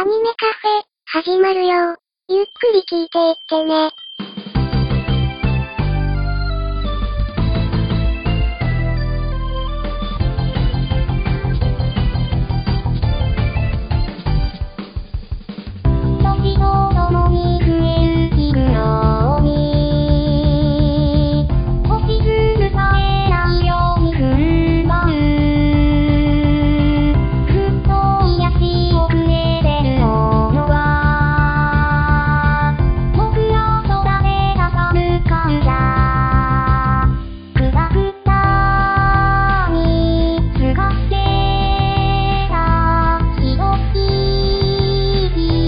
アニメカフェ、始まるよ。ゆっくり聞いていってね。時とともに増える日のように、星屑さえないように踏ん張る。ふっと癒しをくれてるものは、僕ら空で挟む感謝。くたくたにすがってたひどい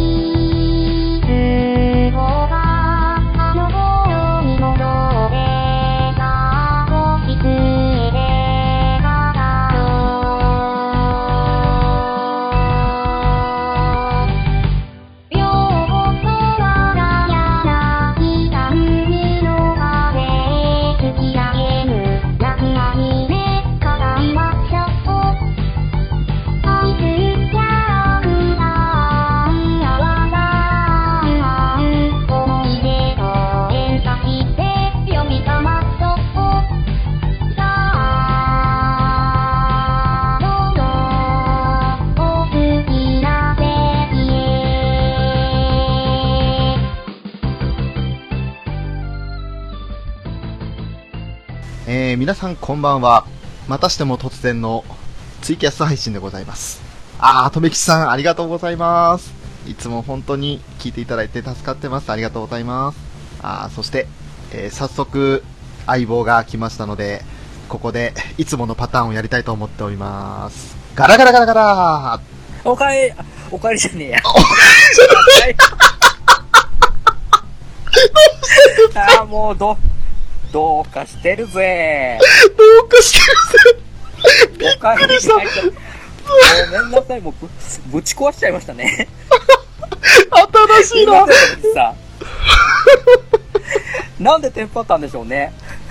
不幸があの頃に戻ってた星つえで語ろう。ようこそ我が家なきた海の風へ突き上げる夏アニメ語りましょう。愛するキャラクターやわら思い出と連鎖して読み覚まそう。さあどうぞお好きな席へ。 皆さんこんばんは。またしても突然のツイキャス配信でございます。とめきちさんありがとうございます。いつも本当に聞いていただいて助かってます。ありがとうございます。そして、早速相棒が来ましたので、ここでいつものパターンをやりたいと思っております。ガラガラガラガラおかえりじゃねえや。もうどうかしてるぜ。 どうかしてるぜ。びっくりした。 ごめんなさい、もうぶち壊しちゃいましたね。 新しいな。 さなんでテンパったんでしょうね。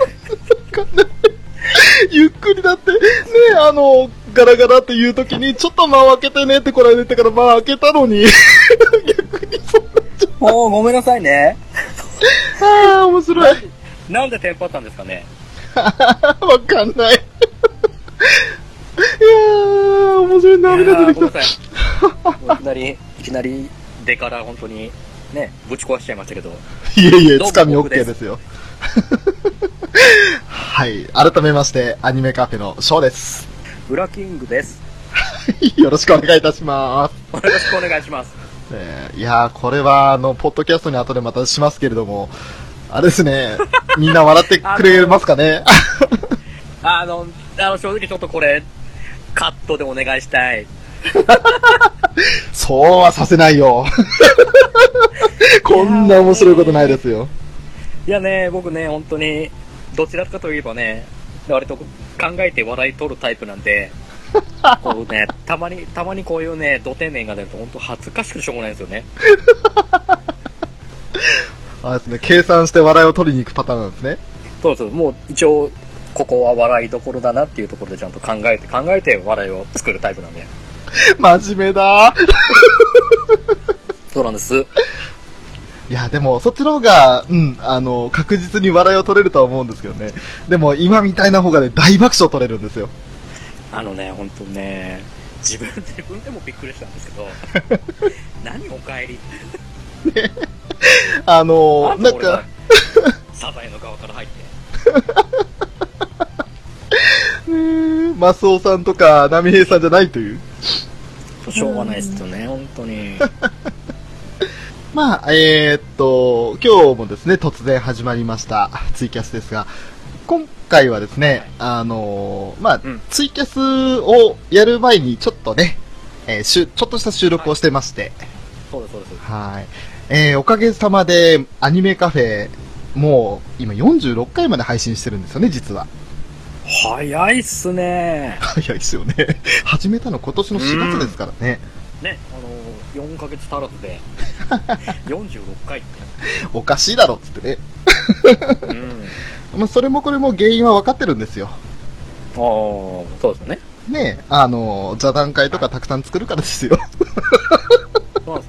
ゆっくりだってね、ガラガラって言うときにちょっと間を開けてねってこられてから間開けたのに逆にそうなっちゃう。 もうごめんなさいね。 面白い。 なんでテンパったんですかね。 わかんない。いやー、面白い。涙出てきた。 いきなり出から本当にね、ぶち壊しちゃいましたけど。 いえ、つかみ OK ですよ。はい、改めましてアニメカフェのショーです。 ブラキングです。 よろしくお願いいたします。 よろしくお願いします。 いやー、これはポッドキャストに後でまたしますけれども、あれですね、みんな笑ってくれますかね。 正直ちょっとこれカットでお願いしたい。 そうはさせないよ。こんな面白いことないですよ。 いやね、僕ね、本当にどちらかといえばね、割と考えて笑い取るタイプなんで、こうね、たまにこういうね、ド天然が出ると本当恥ずかしくてしょうがないですよね。 ですね、計算して笑いを取りに行くパターンなんですね。 そう、もう一応ここは笑いどころだなっていうところでちゃんと考えて笑いを作るタイプなんで。 真面目だ。 そうなんです。 いや、でもそっちの方が確実に笑いを取れるとは思うんですけどね。でも今みたいな方がね、大爆笑取れるんですよ。 本当ね、自分でもびっくりしたんですけど。何おかえり。 ね、なんかサザエの側から入って。 マスオさんとか波平さんじゃないという。 しょうがないですよね、本当に。 今日もですね、突然始まりましたツイキャスですが、今回はですね、ツイキャスをやる前にちょっとね、ちょっとした収録をしてまして、 そうです。 はい。おかげさまでアニメカフェ、もう今46回まで配信してるんですよね、実は。 早いっすね。 早いっすよね。始めたの今年の4月ですからね。 ね、4ヶ月足らずで46回って。 おかしいだろっつってね。それもこれも原因は分かってるんですよ。 そうですよね。 ねえ、座談会とかたくさん作るからですよ。 そうなん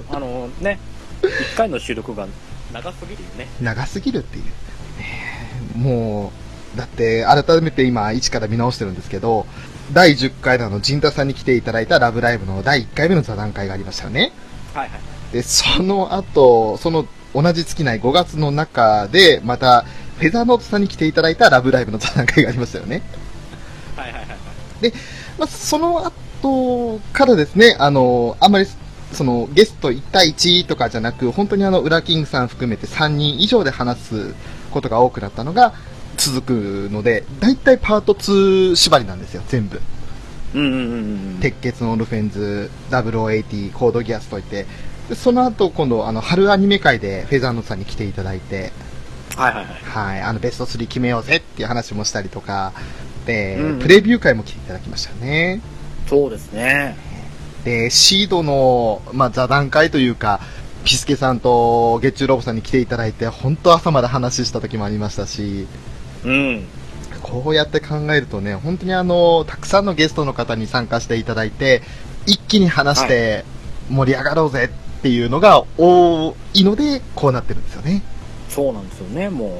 ね、1回の収録が長すぎるよね。 長すぎるっていう。もう、だって改めて今一から見直してるんですけど、第10回の陣田さんに来ていただいたラブライブの第1回目の座談会がありましたよね。 はいはい。 で、その後、その同じ月内5月の中で、また、フェザーノートさんに来ていただいたラブライブの座談会がありましたよね。 はいはいはいはい。 で、まあ、その後からですね、あんまり、その、ゲスト1対1とかじゃなく、本当にウラキングさん含めて3人以上で話すことが多くなったのが続くので、だいたいパート2縛りなんですよ、全部。鉄血のオルフェンズ、0080、コードギアスといって、でその後今度、春アニメ会でフェザーノートさんに来ていただいて、 はいはいはい。 はい、ベスト3決めようぜっていう話もしたりとか、で、 うんプレビュー会も来ていただきましたね。 そうですね。 で、シードの、まあ、座談会というか、ピスケさんと月中ロボさんに来ていただいて、本当朝まで話した時もありましたし、 うん。 こうやって考えるとね、本当にたくさんのゲストの方に参加していただいて、一気に話して盛り上がろうぜっていうのが多いので、こうなってるんですよね。 そうなんですよね、も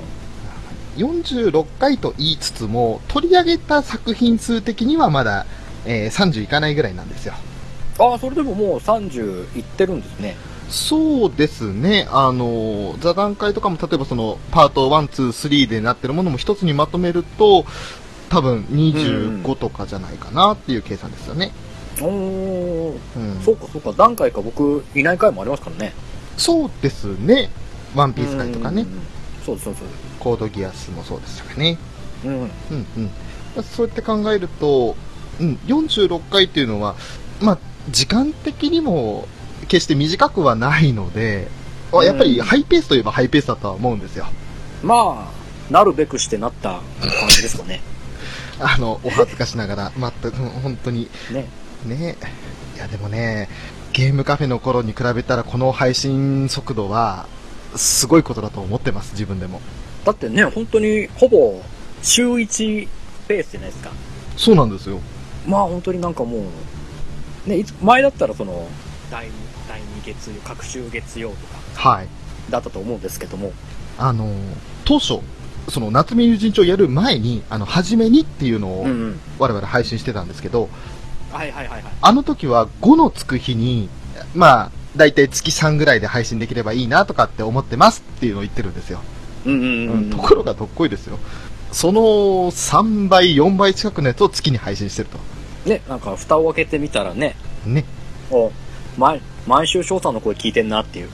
46回と言いつつも、取り上げた作品数的にはまだ、30いかないぐらいなんですよ。 ああ、それでももう30いってるんですね。 そうですね。座談会とかも、例えばその、パート1、2、3でなってるものも一つにまとめると、多分25とかじゃないかなっていう計算ですよね。 おー、 うん、 そうかそうか、何回か僕いない回もありますからね。 そうですね。ワンピース会とかね。 そうですそうです。 コードギアスもそうでしたかね。 うん。 うんうん。そうやって考えると、46回っていうのは、まあ、時間的にも決して短くはないので、やっぱりハイペースといえばハイペースだとは思うんですよ。 まあ、なるべくしてなった感じですかね。 お恥ずかしながら、全く、本当に。ね。いや、でもね、ゲームカフェの頃に比べたらこの配信速度は、すごいことだと思ってます、自分でも。 だってね、本当に、ほぼ、週1ペースじゃないですか。 そうなんですよ。 まあ本当になんかもう、ね、前だったらその、第2月曜、各週月曜とか、 はい。 だったと思うんですけども。 当初、その夏目友人帳やる前に、初めにっていうのを、我々配信してたんですけど、 はいはいはいはい。 あの時は5のつく日に、まあ、だいたい月3ぐらいで配信できればいいなとかって思ってますっていうのを言ってるんですよ。ところがどっこいですよ。その3倍、4倍近くのやつを月に配信してると。 ね、なんか蓋を開けてみたらね。 ね。 毎週翔さんの声聞いてんなっていう。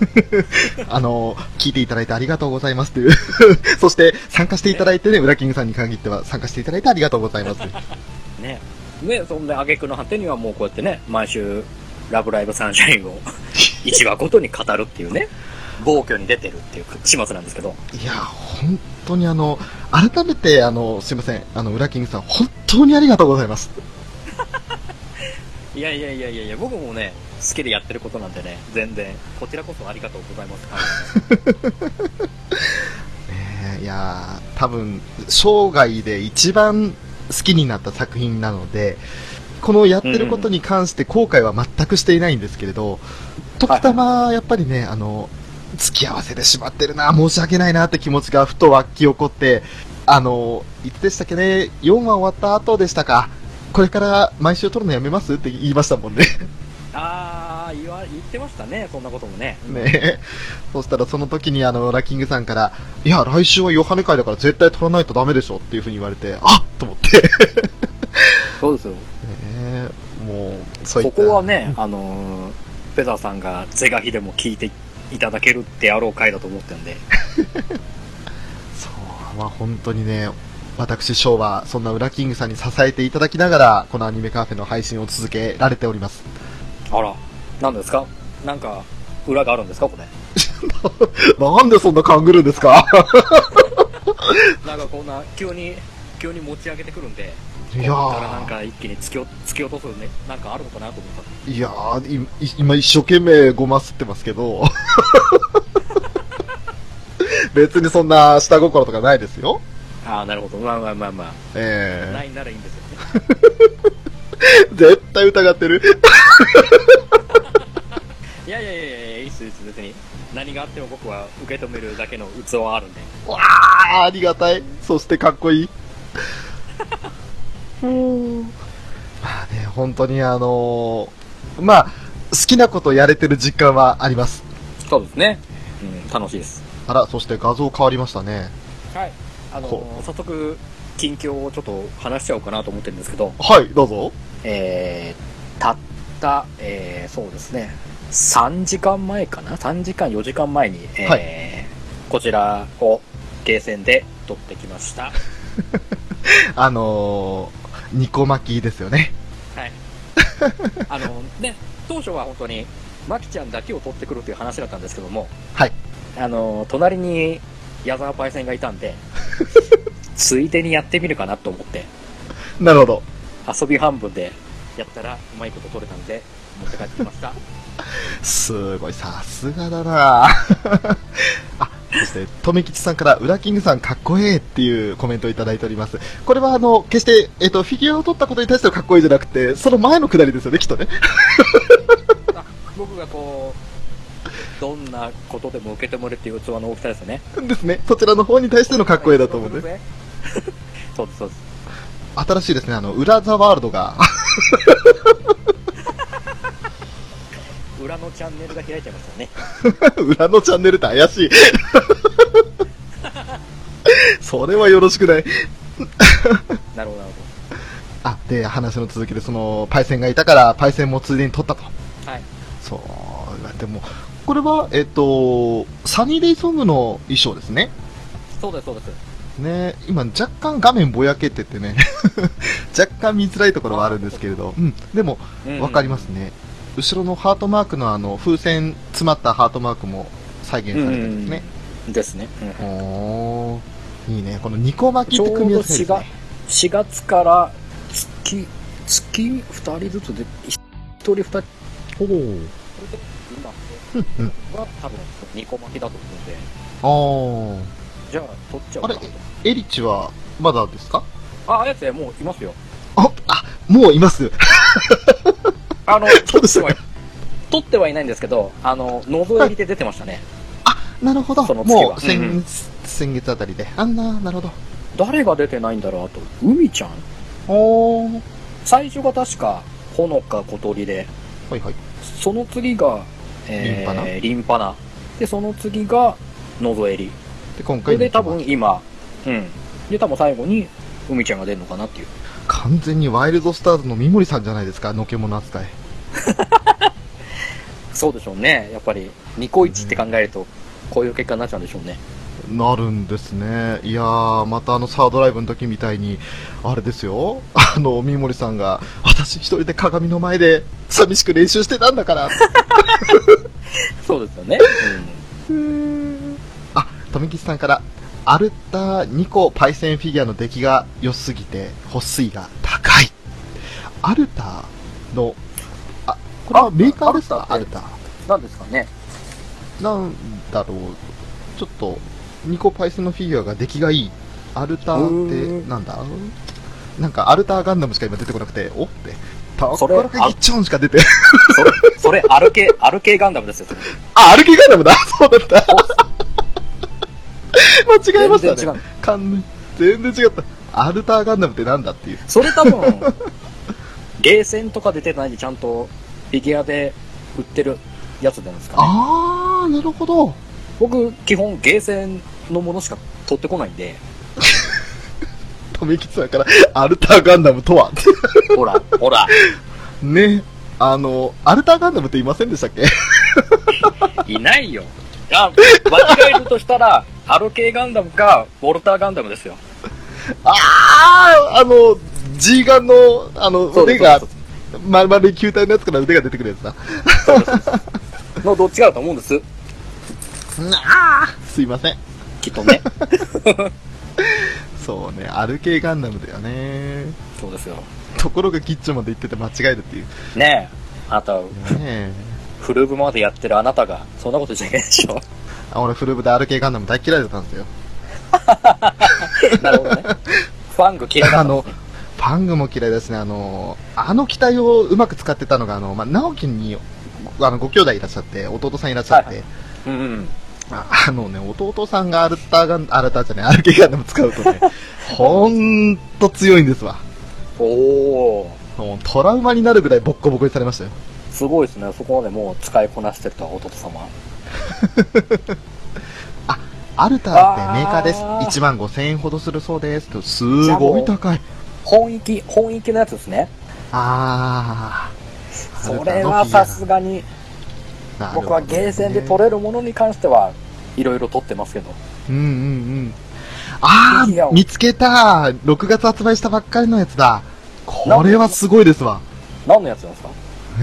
聞いていただいてありがとうございますという。そして参加していただいてね、ウラキングさんに限っては参加していただいてありがとうございます。 ね。ね、そんで挙句の果てにはもうこうやってね、毎週、ラブライブサンシャインを1話ごとに語るっていうね、暴挙に出てるっていう始末なんですけど。 いや、本当に改めてすいません、ウラキングさん、本当にありがとうございます。いや、僕もね、好きでやってることなんでね、全然、こちらこそありがとうございます。 いやー、多分、生涯で一番好きになった作品なので、このやってることに関して後悔は全くしていないんですけれど、時たま、やっぱりね、付き合わせてしまってるな、申し訳ないなって気持ちがふと湧き起こって、いつでしたっけね、4話終わった後でしたか、これから毎週撮るのやめますって言いましたもんね。 言ってましたね、そんなこともね。 ね、そしたらその時にラッキングさんから、いや、来週はヨハネ会だから絶対撮らないとダメでしょっていう風に言われて、あっと思って。 そうですよ。 もう、そういった。 ここはね、フェザーさんが是が非でも聞いていただけるってやろう回だと思ってるんで。 そう、まあ本当にね、私、ショーはそんなウラキングさんに支えていただきながら、このアニメカフェの配信を続けられております。 あら、何ですか？なんか、裏があるんですかこれ。 なんでそんな勘ぐるんですか？ なんかこんな、急に持ち上げてくるんで、 いやー。 からなんか一気に突き落とすね、なんかあるのかなと思った。 いやー、今一生懸命ごますってますけど、別にそんな下心とかないですよ。 ああ、なるほど。まあ。ないならいいんですよね。 絶対疑ってる。 いや、 いやいやいや、いいっす、別に。何があっても僕は受け止めるだけの器はあるんで。 わあ、ありがたい。そしてかっこいい。まあね、本当にまあ、好きなことやれてる実感はあります。 そうですね。うん、楽しいです。 あら、そして画像変わりましたね。 はい。早速、近況をちょっと話しちゃおうかなと思ってるんですけど。 はい、どうぞ。 たった、そうですね。3時間前かな ?3 時間、4時間前に、 はい、 こちらをゲーセンで撮ってきました。 ニコ巻きですよね。 はい。ね、当初は本当に、マキちゃんだけを取ってくるという話だったんですけども、 はい。 隣に矢沢パイセンがいたんで、ついでにやってみるかなと思って、 なるほど。 遊び半分でやったらうまいこと取れたんで、持って帰ってきました。 すごい、さすがだなあ、そして、とめきちさんから、ウラキングさんかっこええっていうコメントをいただいております。これは決して、フィギュアを取ったことに対してはかっこいいじゃなくて、その前のくだりですよね、きっとね。 僕がこう、どんなことでも受け止めるっていう器の大きさですよね。 ですね。そちらの方に対してのかっこええだと思うんで。 そうです、そうです。 新しいですね、裏ザワールドが。 裏のチャンネルが開いちゃいましたね。 裏のチャンネルって怪しい。それはよろしくない。 なるほど、なるほど。 あ、で、話の続きで、パイセンがいたから、パイセンもついでに取ったと。 はい。 そう、でも、これは、サニーデイソングの衣装ですね。 そうです、そうです。 ね、今若干画面ぼやけててね、若干見づらいところはあるんですけれど、うん、でも、わかりますね。後ろのハートマークの風船詰まったハートマークも再現されてるんですね。 ですね。 おー、いいね。このニコ巻きって組み合わせですね。 4月から月2人ずつで、1人2人。 おー。 今は多分ニコ巻きだと思うんで。じゃあ、取っちゃおうかなと。 あれ、エリチはまだですか？ あやつもういますよ。 あ、もういます。 取ってはいないんですけど、覗きで出てましたね。 あ、なるほど。 その月はもう先月あたりで。なるほど。 誰が出てないんだろう、あと、海ちゃん？ おー。 最初が確か、ほのか小鳥で。 はいはい。 その次が、リンパナ。で、その次が、のぞえり。 で、今回で、多分今、で、多分最後に、海ちゃんが出るのかなっていう。 完全にワイルドスターズの三森さんじゃないですか、のけもの扱い。 そうでしょうね。やっぱり、ニコイチって考えると、こういう結果になっちゃうんでしょうね。 なるんですね。いやー、またサードライブの時みたいに、あれですよ、三森さんが、私一人で鏡の前で、寂しく練習してたんだから。 そうですよね。 あ、富吉さんから、アルタ2個パイセンフィギュアの出来が良すぎて、保水が高い。アルタの、これはメーカーですか？アルタ。 なんですかね。 なんだろう。ちょっと、2個パイセンのフィギュアが出来がいい。アルタってなんだ？なんかアルタガンダムしか今出てこなくて、おって。タッコラケギッチョンしか出て。 それ、アルケガンダムですよ、それ。 あ、アルケガンダムだ。そうだった。間違えましたね。全然違った。アルターガンダムってなんだっていう。 それ多分、ゲーセンとか出てないでちゃんとフィギュアで売ってるやつなんですかね。 あー、なるほど。 僕、基本ゲーセンのものしか取ってこないんで。 とめきつさんから、アルターガンダムとはほら。 ね、アルターガンダムっていませんでしたっけ？ いないよ。間違えるとしたら、アルケーガンダムか、ウォルターガンダムですよ。 G ガンの、腕が、丸い球体のやつから腕が出てくるやつだ。 そうです。のどっちかだと思うんです。 すいません。 きっとね。 そうね、アルケーガンダムだよね。 そうですよ。 ところがキッチンまで行ってて間違えるっていう。 ねえ。あなた、 ねえ。 フルーブまでやってるあなたが、そんなことじゃいけないでしょ。 俺フルーブでアルケーガンダム大嫌いだったんですよ。 なるほどね。ファング嫌いだったんですね。 ファングも嫌いだしね、機体をうまく使ってたのが、直樹にご兄弟いらっしゃって、弟さんいらっしゃって、 はいはいうんうん。 弟さんがアルターじゃない、アルケガンダム使うとね、ほんと強いんですわ。 おお。 もうトラウマになるぐらいボッコボコにされましたよ。 すごいですね。そこまでもう使いこなしてるとは、弟様。 アルターってメーカーです。15,000円ほどするそうです。すごい高い。 本域のやつですね。それはさすがに、僕はゲーセンで取れるものに関してはいろいろ取ってますけど。 見つけた。6月発売したばっかりのやつだ。これはすごいですわ。 何のやつなんですか？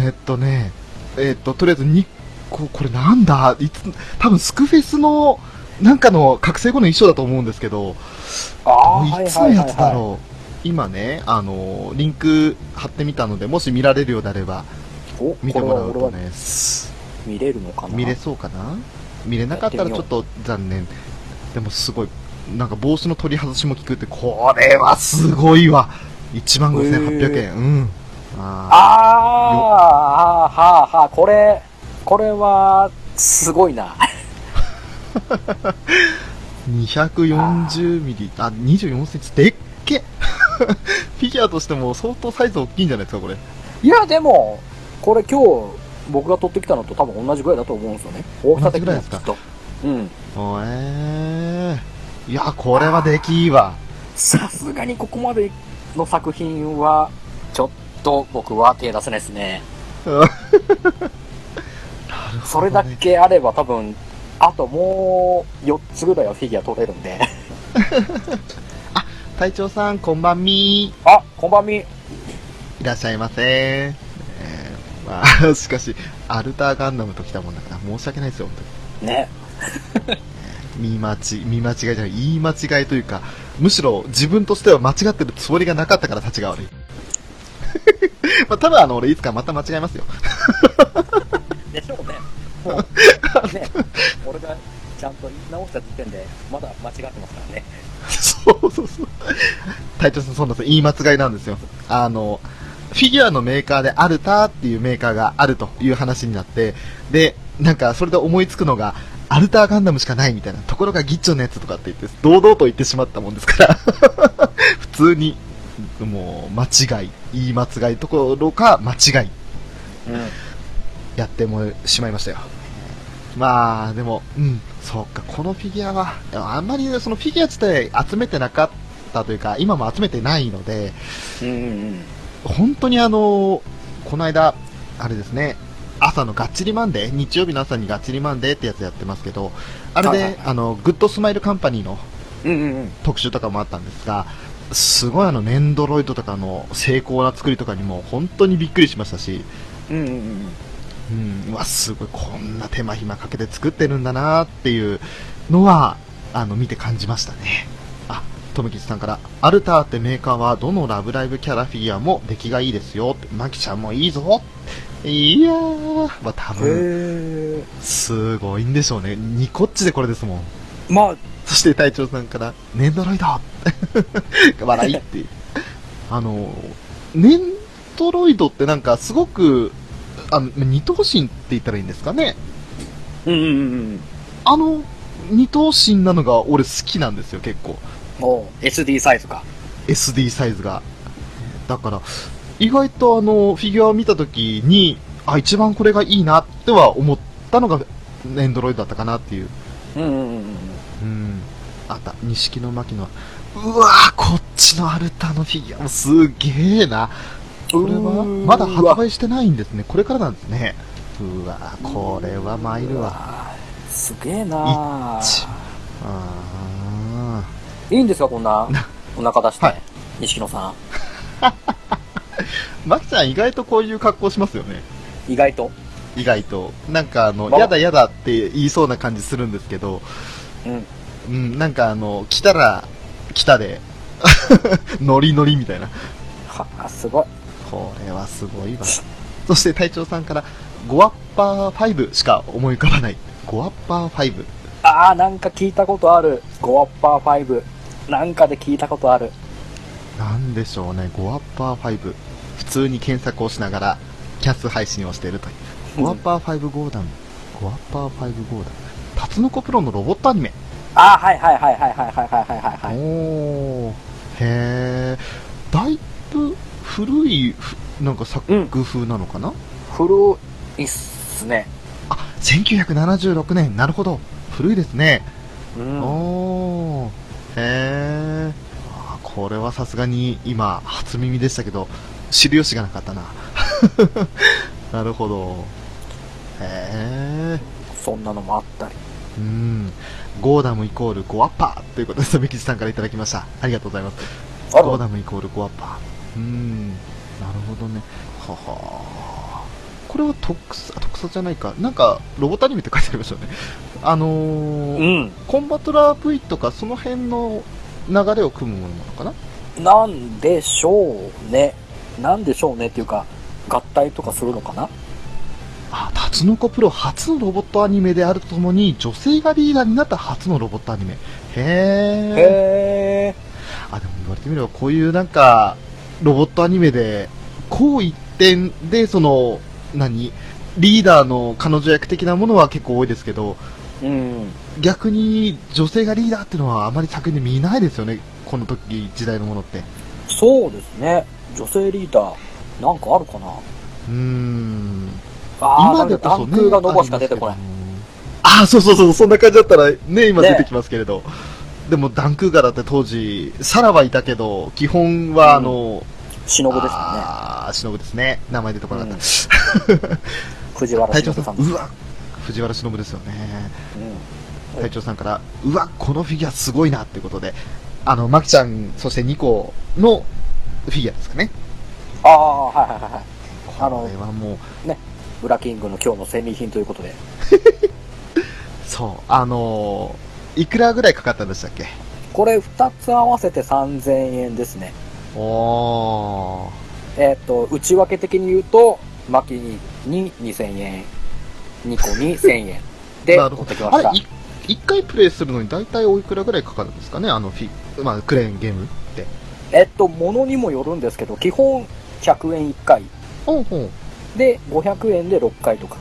とりあえずこれなんだ、多分スクフェスのなんかの覚醒後の衣装だと思うんですけど、いつのやつだろう。今ね、リンク貼ってみたので、もし見られるようであれば見てもらうとね、 見れるのかな？ 見れそうかな？見れなかったらちょっと残念。でもすごい、なんか帽子の取り外しも効くって、これはすごいわ。15,800円。うん。 これはすごいな。 240ミリ、24センチ、でっけ。フィギュアとしても相当サイズ大きいんじゃないですか、これ。 いや、でも、これ今日、僕が取ってきたのと多分同じぐらいだと思うんですよね。大きさ的にはきっと。うん。 いや、これはできいいわ。 さすがにここまでの作品は、ちょっと僕は手出せないですね。それだけあれば多分、あともう4つぐらいはフィギュア取れるんで。 隊長さん、こんばんみー。こんばんみー。 いらっしゃいませ。しかし、アルターガンダムときたもんだから申し訳ないですよ、本当に。 ね。 見間違いじゃない、言い間違いというか、むしろ自分としては間違ってるつもりがなかったから立ちが悪い。多分俺いつかまた間違えますよ。 でしょうね。もうね、俺がちゃんと言い直した時点でまだ間違ってますからね。 そう。隊長さん、そうなんですよ。言い間違いなんですよ。フィギュアのメーカーでアルターっていうメーカーがあるという話になって、で、なんかそれで思いつくのが、アルターガンダムしかないみたいな、ところがギッチョのやつとかって言って、堂々と言ってしまったもんですから、普通に、もう、言い間違いところか間違い、やってもしまいましたよ。でも、そうか、このフィギュアは、あんまりそのフィギュア自体集めてなかったというか、今も集めてないので、本当にこの間、あれですね、朝のがっちりマンデー、日曜日の朝にがっちりマンデーってやつやってますけど、あれで、グッドスマイルカンパニーの特集とかもあったんですが、すごいネンドロイドとかの精巧な作りとかにも本当にびっくりしましたし、すごい、こんな手間暇かけて作ってるんだなっていうのは、見て感じましたね。とめきちさんから、アルターってメーカーはどのラブライブキャラフィギュアも出来がいいですよって、マキちゃんもいいぞ。いやー、多分、すごいんでしょうね。こっちでこれですもん。そして隊長さんから、ネンドロイド笑いっていう。ネンドロイドってなんかすごく、二頭身って言ったらいいんですかね。二頭身なのが俺好きなんですよ、結構。 SD サイズか。 SD サイズが。だから、意外とフィギュアを見たときに、一番これがいいなっては思ったのが、エンドロイドだったかなっていう。あった、錦の牧野。うわー、こっちのアルタのフィギュアもすげえな。これは、まだ発売してないんですね。これからなんですね。うわー、これは参るわ。 すげえな。いいんですか、こんなお腹出して、錦野さん。 マキちゃん意外とこういう格好しますよね。 意外となんかやだやだって言いそうな感じするんですけど、なんか来たら来たでノリノリみたいな。 すごい。 これはすごいわ。そして隊長さんから、ゴアッパー5しか思い浮かばない。ゴアッパー5。 なんか聞いたことある。ゴアッパー5。なんかで聞いたことある。 なんでしょうね、ゴアッパー5。普通に検索をしながら、キャス配信をしているという。 ゴアッパー5ゴーダム。ゴアッパー5ゴーダム。タツノコプロのロボットアニメ。 ああ、はいはいはいはいはいはいはいはい。 おー。へー。だいぶ古い、なんか作風なのかな、 古いっすね。 あ、1976年。なるほど。古いですね。 うんおー。へー。あ、これはさすがに今、初耳でしたけど、知る由がなかったな。なるほど。へー。 そんなのもあったり。 うん。ゴーダムイコールゴアッパーということで、サメキジさんからいただきました。ありがとうございます。ゴーダムイコールゴアッパー。なるほどね。ははこれは特撮じゃないか。なんか、ロボットアニメって書いてありましたよね。コンバトラー V とかその辺の流れを組むものなのかな。 なんでしょうね。なんでしょうねっていうか、合体とかするのかな。 あ、タツノコプロ初のロボットアニメであるとともに、女性がリーダーになった初のロボットアニメ。へー。あ、でも言われてみれば、こういうなんか、ロボットアニメで、こう一点で、その、リーダーの彼女役的なものは結構多いですけど、逆に女性がリーダーっていうのはあまり作品で見ないですよね、この時、時代のものって。 そうですね。女性リーダー、なんかあるかな。今でこそね。ダンクがノバしか出てこない。 あ、そう、そんな感じだったらね、今出てきますけれど。でもダンクーガだって当時、サラはいたけど、基本は忍ですよね。 忍ですね。名前出てこなかった。 藤原忍さん。 うわ、藤原忍ですよね。隊長さんから、うわ、このフィギュアすごいなっていうことで、マキちゃん、そしてニコのフィギュアですかね。 ああ、はいはいはい。 これはもう、ね、ブラキングの今日の戦利品ということで。 そう、いくらぐらいかかったんでしたっけ？ これ2つ合わせて3000円ですね。 おー。内訳的に言うと、マキに2000円、ニコに1000円で持ってきました。 1回プレイするのに大体おいくらぐらいかかるんですかね、クレーンゲームって。 物にもよるんですけど、基本100円1回。で、500円で6回とか。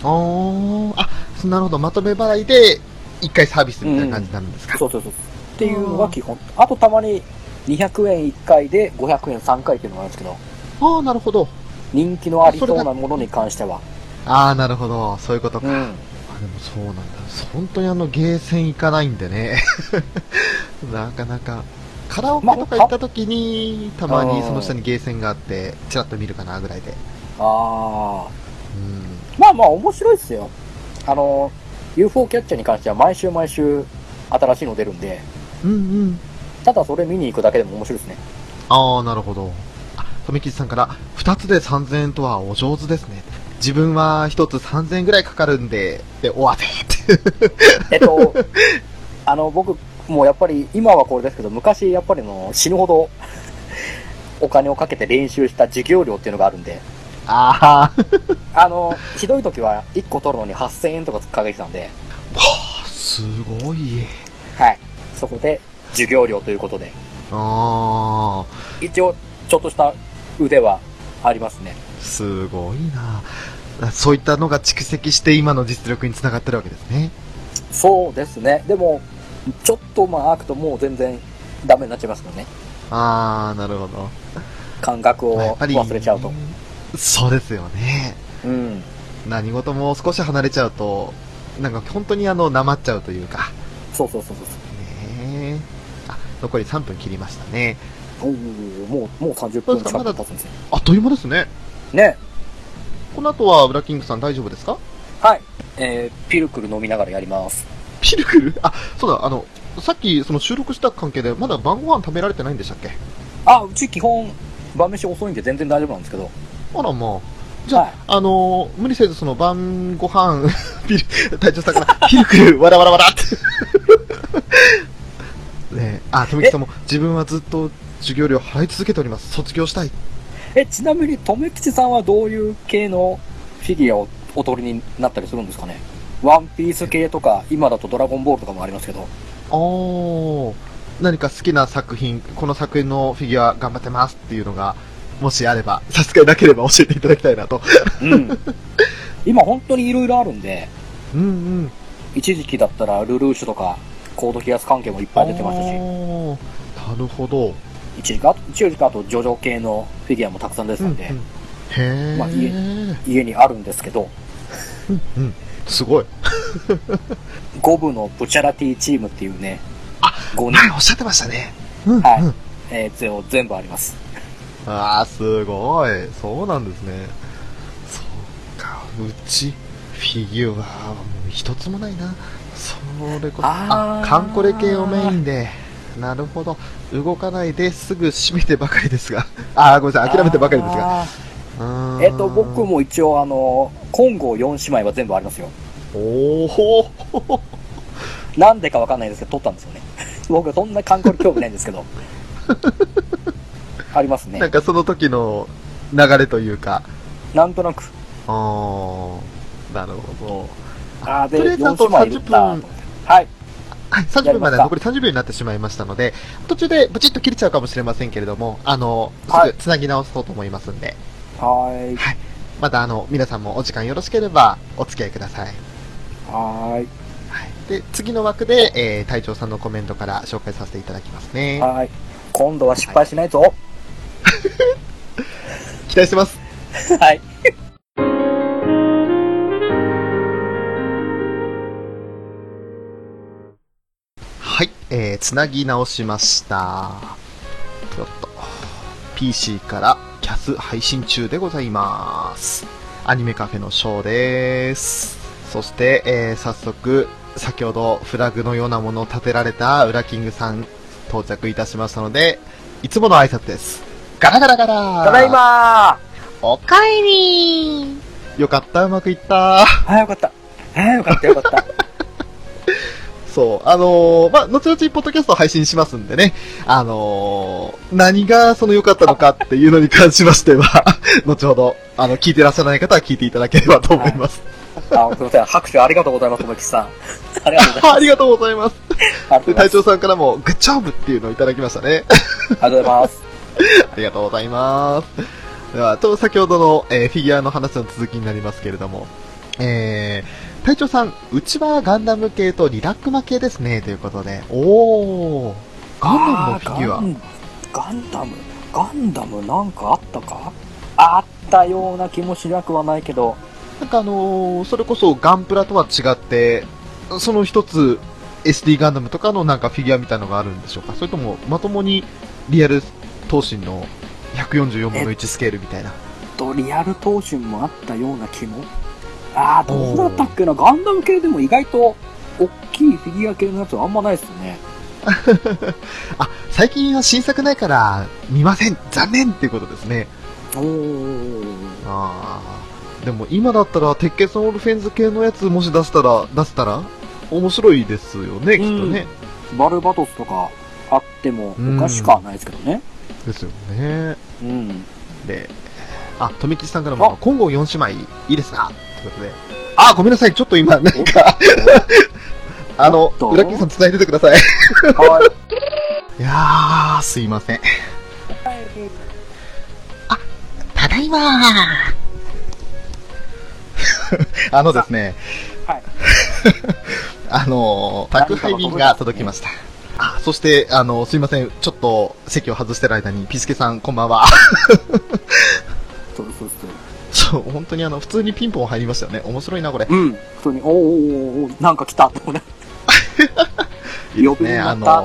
なるほど、まとめ払いで1回サービスみたいな感じになるんですか。 そう。っていうのが基本。あとたまに200円1回で500円3回っていうのがあるんですけど。 なるほど。 人気のありそうなものに関しては。 なるほど、そういうことか。でもそうなんだ。本当にゲーセン行かないんでね。なかなか。カラオケとか行った時に、たまにその下にゲーセンがあって、ちらっと見るかなぐらいで。 まあ面白いっすよ。UFO キャッチャーに関しては毎週新しいの出るんで。ただそれ見に行くだけでも面白いですね。 なるほど。富吉さんから、2つで3000円とはお上手ですね。自分は1つ3000円ぐらいかかるんで、おわてって。 僕、もうやっぱり、今はこれですけど、昔やっぱり死ぬほどお金をかけて練習した授業料っていうのがあるんで。ひどい時は1個取るのに8000円とかかけてたんで。 すごい。 はい。そこで、授業料ということで。一応、ちょっとした腕はありますね。 すごいな。そういったのが蓄積して今の実力につながってるわけですね。 そうですね。でも、ちょっと空くともう全然ダメになっちゃいますからね。 なるほど。 感覚を忘れちゃうと。 そうですよね。何事も少し離れちゃうと、なんか本当になまっちゃうというか。 そう。 ね。残り3分切りましたね。 もう30分近く経つんですよ。 あっという間ですね。 ね。 この後はブラッキングさん大丈夫ですか？ はい。ピルクル飲みながらやります。 ピルクル？そうだ、さっきその収録した関係でまだ晩ご飯食べられてないんでしたっけ？ うち基本晩飯遅いんで全然大丈夫なんですけど。 じゃあ、無理せずその晩ご飯隊長さんからピルクルわらってねえ、富木さんも自分はずっと授業料払い続けております。卒業したい。 ちなみに留吉さんはどういう系のフィギュアをお取りになったりするんですかね？ワンピース系とか、今だとドラゴンボールとかもありますけど。 何か好きな作品、この作品のフィギュア頑張ってますっていうのがもしあれば、さすがになければ教えていただきたいなと。 今本当に色々あるんで、 うんうん。 一時期だったらルルーシュとか、コードギアス関係もいっぱい出てましたし、 なるほど。 一時期あとジョジョ系のフィギュアもたくさん出てたんで、 うんうん、へー。 まあ家にあるんですけど、 うんうん。すごい。 5部のブチャラティチームっていうね、 あ、 5 前おっしゃってましたね。うん、 はい。 うん。 全部あります。 ああ、すごい。そうなんですね。そうか、うち、フィギュアはもう一つもないな。それこそ、カンコレ系をメインで、なるほど。動かないですぐ閉めてばかりですが。ごめんなさい、諦めてばかりですが。 僕も一応金剛4姉妹は全部ありますよ。 おほなんでかわかんないんですけど、撮ったんですよね。僕はそんなカンコレ興味ないんですけど。ありますね。 なんかその時の流れというか。 なんとなく。 なるほど。で、 とりあえずあと30分。 はい。 はい、30分まで残り30秒になってしまいましたので、途中でブチッと切れちゃうかもしれませんけれども、すぐ繋ぎ直そうと思いますんで。 はい。 また皆さんもお時間よろしければお付き合いください。 はい。 で、次の枠で、隊長さんのコメントから紹介させていただきますね。 はい。今度は失敗しないぞ。 期待してます。 はい。 はい、つなぎ直しました。ちょっと PC からキャス配信中でございます。アニメカフェのショーです。そして、早速先ほどフラグのようなものを立てられたウラキングさん到着いたしましたので、いつもの挨拶です。ガラガラガラ。 ただいまー。おかえりー。よかった、うまくいった。 よかった。よかった、よかった。 そう、後々ポッドキャストを配信しますんでね、何がその良かったのかっていうのに関しましては、後ほど、聞いてらっしゃらない方は聞いていただければと思います。 すいません、拍手ありがとうございます、ともきさん。ありがとうございます。で、隊長さんからも、グッジョブっていうのをいただきましたね。 ありがとうございます。 ありがとうございます。では、先ほどの、フィギュアの話の続きになりますけれども、隊長さん、うちはガンダム系とリラックマ系ですね、ということで。ガンダムのフィギュア。 ガンダムなんかあったか？あったような気もしなくはないけど。 なんかそれこそガンプラとは違って、その一つ SD ガンダムとかのなんかフィギュアみたいなのがあるんでしょうか？それともまともにリアル闘神の144分の1スケールみたいな。 リアル闘神もあったような気も。どうだったっけな。ガンダム系でも意外と大きいフィギュア系のやつはあんまないですよね。 最近は新作ないから見ません、残念っていうことですね。でも今だったら鉄血オールフェンズ系のやつもし出したら面白いですよね、きっとね。 バルバトスとかあってもおかしくはないですけどね。 ですよね。で、とめきちさんからも、金剛4姉妹いいですかということで。ごめんなさい、ちょっと今、なんか、裏切りさん繋いでてください。はい。いやー、すいません。ただいまー。ですね。はい。宅配便が届きました。そして、すいません、ちょっと席を外してる間に、ピスケさん、こんばんは。そう、本当に普通にピンポン入りましたよね。面白いな、これ。 普通に、なんか来たって思うね。 いいですね、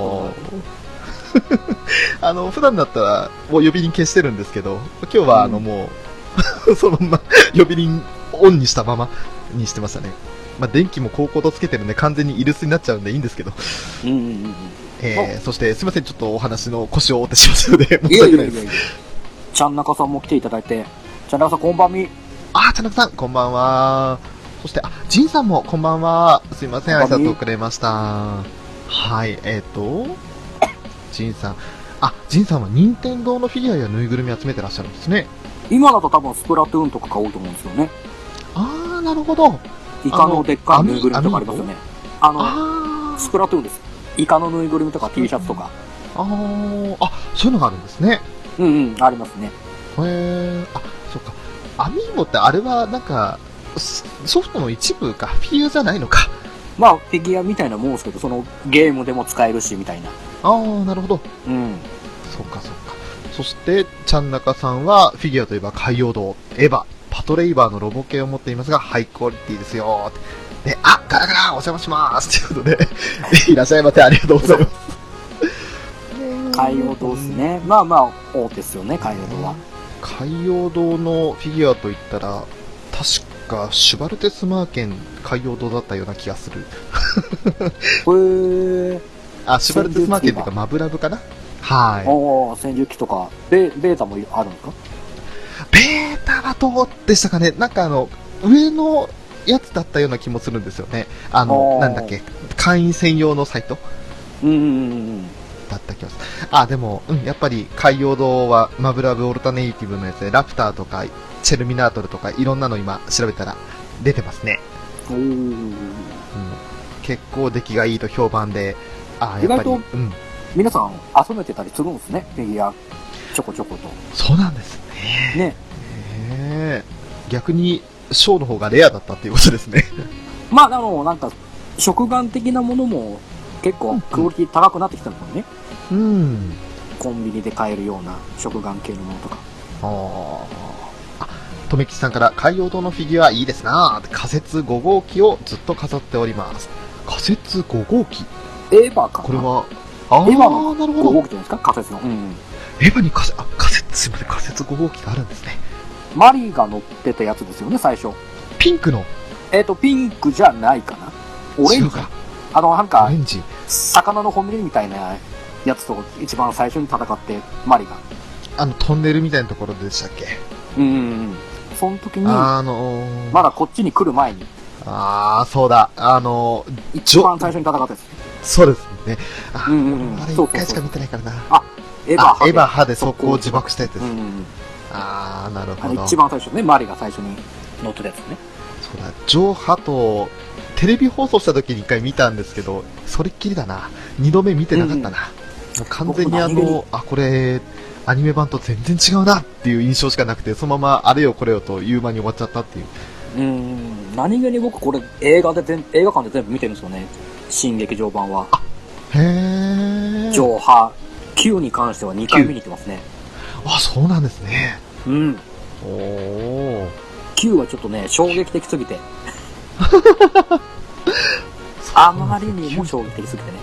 普段だったら、もう呼び鈴消してるんですけど、今日はもう、そのまま、呼び鈴オンにしたままにしてましたね。電気も高校とつけてるんで、完全にイルスになっちゃうんでいいんですけど。そして、すいません、ちょっとお話の腰を折ってしまったので、申し訳ないです。 ちゃんなかさんも来ていただいて、ちゃんなかさんこんばんみ。 ちゃんなかさん、こんばんは。そして、ジンさんもこんばんは。すいません、挨拶遅れました。はい、ジンさん。ジンさんは任天堂のフィギュアやぬいぐるみ集めてらっしゃるんですね。 今だと多分スプラトゥーンとか買おうと思うんですよね。 なるほど。 イカのでっかいぬいぐるみとかありますよね。スプラトゥーンです。イカのぬいぐるみとか T シャツとか。 そういうのがあるんですね。 ありますね。 そっか。アミーボってあれはなんか、 ソフトの一部か、フィギュアじゃないのか。 まあ、フィギュアみたいなもんですけど、そのゲームでも使えるし、みたいな。 ああ、なるほど。 うん。 そうか、そうか。そして、ちゃんなかさんは、フィギュアといえば海洋堂、エヴァ、パトレイバーのロボ系を持っていますが、ハイクオリティですよ。で、あ、ガラガラお邪魔しますということで、いらっしゃいませ、ありがとうございます。 海洋堂ですね。まあまあ、大手ですよね、海洋堂は。 海洋堂のフィギュアといったら、確か、シュバルテスマーケン海洋堂だったような気がする。あ、シュバルテスマーケンっていうか、マブラブかな。はい。 おー、戦術機とか、ベータもあるんですか？ ベータはどうでしたかね。なんか上のやつだったような気もするんですよね。なんだっけ、会員専用のサイトだった気がする。あ、でも、やっぱり海洋堂はマブラブオルタネイティブのやつで、ラプターとか、チェルミナートルとか、いろんなの今調べたら出てますね。結構出来がいいと評判で、やっぱり、 意外と皆さん集めてたりするんですね、フィギュア、ちょこちょこと。 そうなんですね。ね。逆に、ショーの方がレアだったっていうことですね。 まあ、なんか、食玩的なものも結構クオリティ高くなってきたのね。コンビニで買えるような食玩系のものとか。 とめきちさんから海洋堂のフィギュアいいですなぁ。仮説5号機をずっと飾っております。仮説5号機エヴァかな。 これは、 エヴァのなるほど。 5号機じゃないですか、仮説の。 エヴァに仮説、すいません、仮説5号機があるんですね。 マリーが乗ってたやつですよね、最初。 ピンクのピンクじゃないかな。オレンジか。なんか、魚の骨みたいなやつと一番最初に戦って、マリが。 トンネルみたいなところでしたっけ？ その時に、まだこっちに来る前に。 そうだ。 一番最初に戦ったやつ。 そうですね。あれ一回しか見てないからな。 エヴァ派で速攻自爆したやつです。なるほど。 一番最初ね、マリが最初に乗ってたやつね。 そうだ、ジョーハと、テレビ放送した時に一回見たんですけど、それっきりだな。二度目見てなかったな。もう完全にこれ、アニメ版と全然違うなっていう印象しかなくて、そのままあれよこれよという間に終わっちゃったっていう。 何気に僕これ映画館で全部見てるんですよね。新劇場版は。 へー。 ジョーハ Q に関しては2回見に行ってますね。 そうなんですね。 Q はちょっとね、衝撃的すぎて。あまりにも衝撃的すぎてね。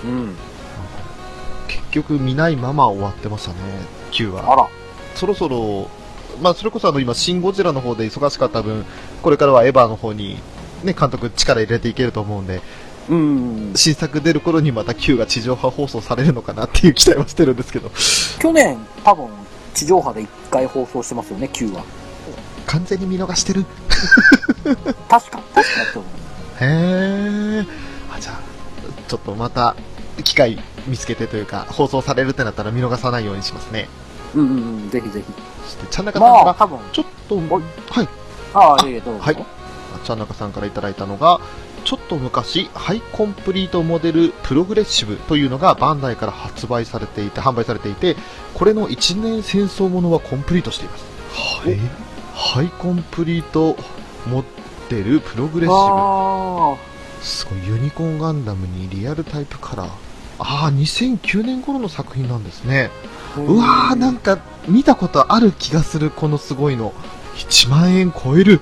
結局見ないまま終わってましたね、Q は。そろそろ、それこそ今、シン・ゴジラの方で忙しかった分、これからはエヴァの方に、ね、監督力入れていけると思うんで、新作出る頃にまた Q が地上波放送されるのかなっていう期待はしてるんですけど。 去年、多分、地上波で1回放送してますよね、Q は。 完全に見逃してる。 確かって思う。 へー。じゃあ、ちょっとまた、機会見つけてというか、放送されるってなったら見逃さないようにしますね。 ぜひぜひ。 そして、ちゃんなかさんから、 多分ちょっと、はい。 どうぞ。 はい。ちゃんなかさんからいただいたのが、ちょっと昔、ハイコンプリートモデルプログレッシブというのがバンダイから販売されていて、これの1年戦争ものはコンプリートしています。ハイコンプリートモデルプログレッシブ。すごい、ユニコーンガンダムにリアルタイプカラー。2009年頃の作品なんですね。なんか見たことある気がする、このすごいの。1万円超える。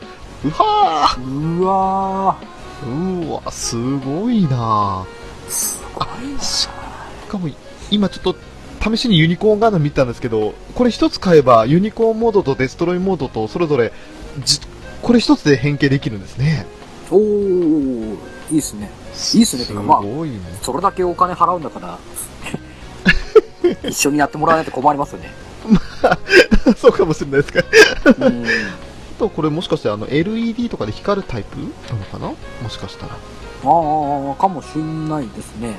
すごいなぁ。しかも、今ちょっと、試しにユニコーンガンダム見たんですけど、これ一つ買えば、ユニコーンモードとデストロイモードと、それぞれ、これ一つで変形できるんですね。 いいっすね。いいっすね。てかそれだけお金払うんだから、一緒にやってもらわないと困りますよね。 そうかもしれないですか。これもしかしてLED とかで光るタイプなのかな、もしかしたら。 かもしんないですね。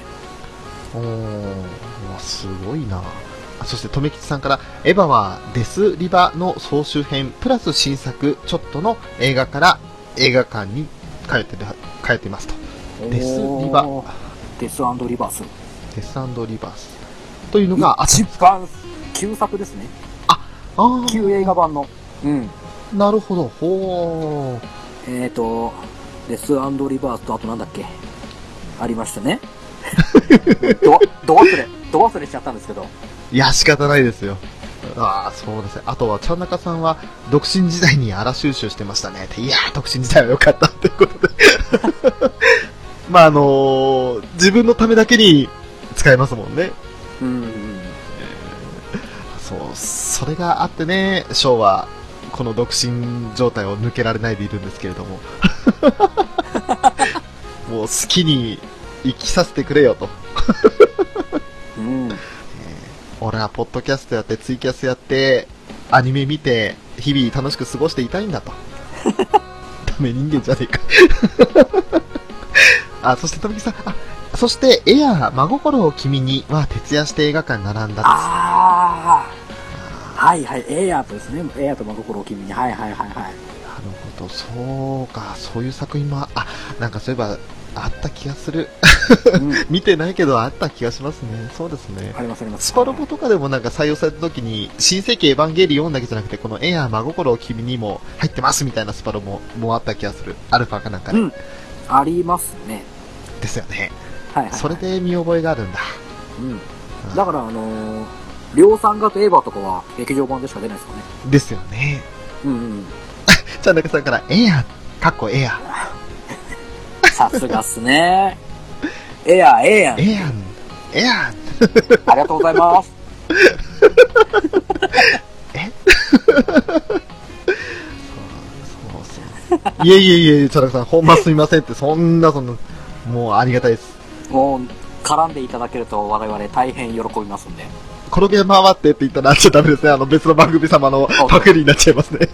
すごいな。そして、とめきちさんから、エヴァはデスリバの総集編、プラス新作、ちょっとの映画から映画館に通っていますと。デスリバ。 デス&リバース。 デス&リバース。というのが、 一番旧作ですね。旧映画版の。 なるほど。 レス&リバースとあとなんだっけありましたね。ど忘れしちゃったんですけど。 いや、仕方ないですよ。ああ、そうですね。あとは、ちゃんなかさんは、独身時代に荒収集してましたね。いやー、独身時代は良かったっていうことで。まあ、自分のためだけに使えますもんね。そう、それがあってね、ショーは、この独身状態を抜けられないでいるんですけれども。もう好きに生きさせてくれよと。俺はポッドキャストやってツイキャスやってアニメ見て日々楽しく過ごしていたいんだと。ダメ人間じゃねえか。あ、そして富木さん、そしてエアー真心を君には徹夜して映画館に並んだです。 はいはい、エアーとですね。エアーと真心を君に。はいはいはいはい。なるほど、そうか、そういう作品もなんかそういえばあった気がする。見てないけどあった気がしますね。そうですね。 ありますあります。 スパロボとかでもなんか採用された時に、新世紀エヴァンゲリオンだけじゃなくて、このエアー真心を君にも入ってますみたいなスパロボもあった気がする。アルファかなんかで。 ありますね。 ですよね。 はいはい、はい。 それで見覚えがあるんだ。 だから量産型エヴァとかは劇場版でしか出ないですかね。 ですよね。ちゃんなかさんからエアー、かっこエアー。 さすがっすね。エアー。 エアー。 ありがとうございます。 そう。いえ、チャラクさん、ほんますみませんって、そんな、もうありがたいです。 もう、絡んでいただけると我々大変喜びますんで。 転げ回ってって言ったらあっちゃダメですね。別の番組様のパクリになっちゃいますね。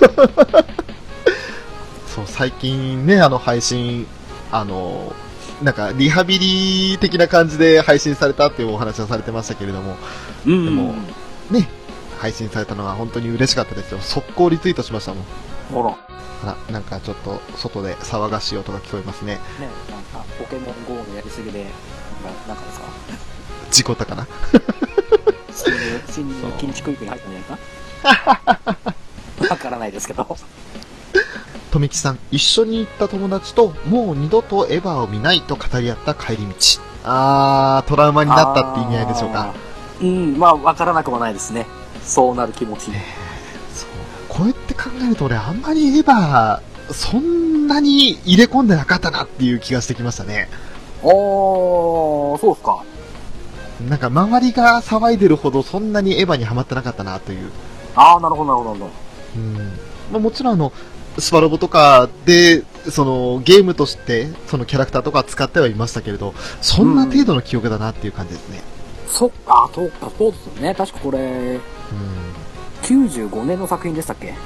そう、最近ね、配信、なんか、リハビリ的な感じで配信されたっていうお話をされてましたけれども、でも、ね、配信されたのは本当に嬉しかったですよ。速攻リツイートしましたもん。なんかちょっと、外で騒がしい音が聞こえますね。 なんか、ポケモン GO のやりすぎで、なんかですか事故ったかな新入禁止区域に入ったんじゃないかわからないですけど。 富木さん、一緒に行った友達ともう二度とエヴァを見ないと語り合った帰り道。トラウマになったって意味合いでしょうか。 まあ、わからなくもないですね。そうなる気持ち。 こうやって考えると俺あんまりエヴァ、そんなに入れ込んでなかったなっていう気がしてきましたね。そうっすか。なんか周りが騒いでるほどそんなにエヴァにハマってなかったなという。 なるほどなるほど。 まあ、もちろんスパロボとかで、ゲームとして、キャラクターとか使ってはいましたけれど、そんな程度の記憶だなっていう感じですね。 そうですよね。確かこれ、95年の作品でしたっけ？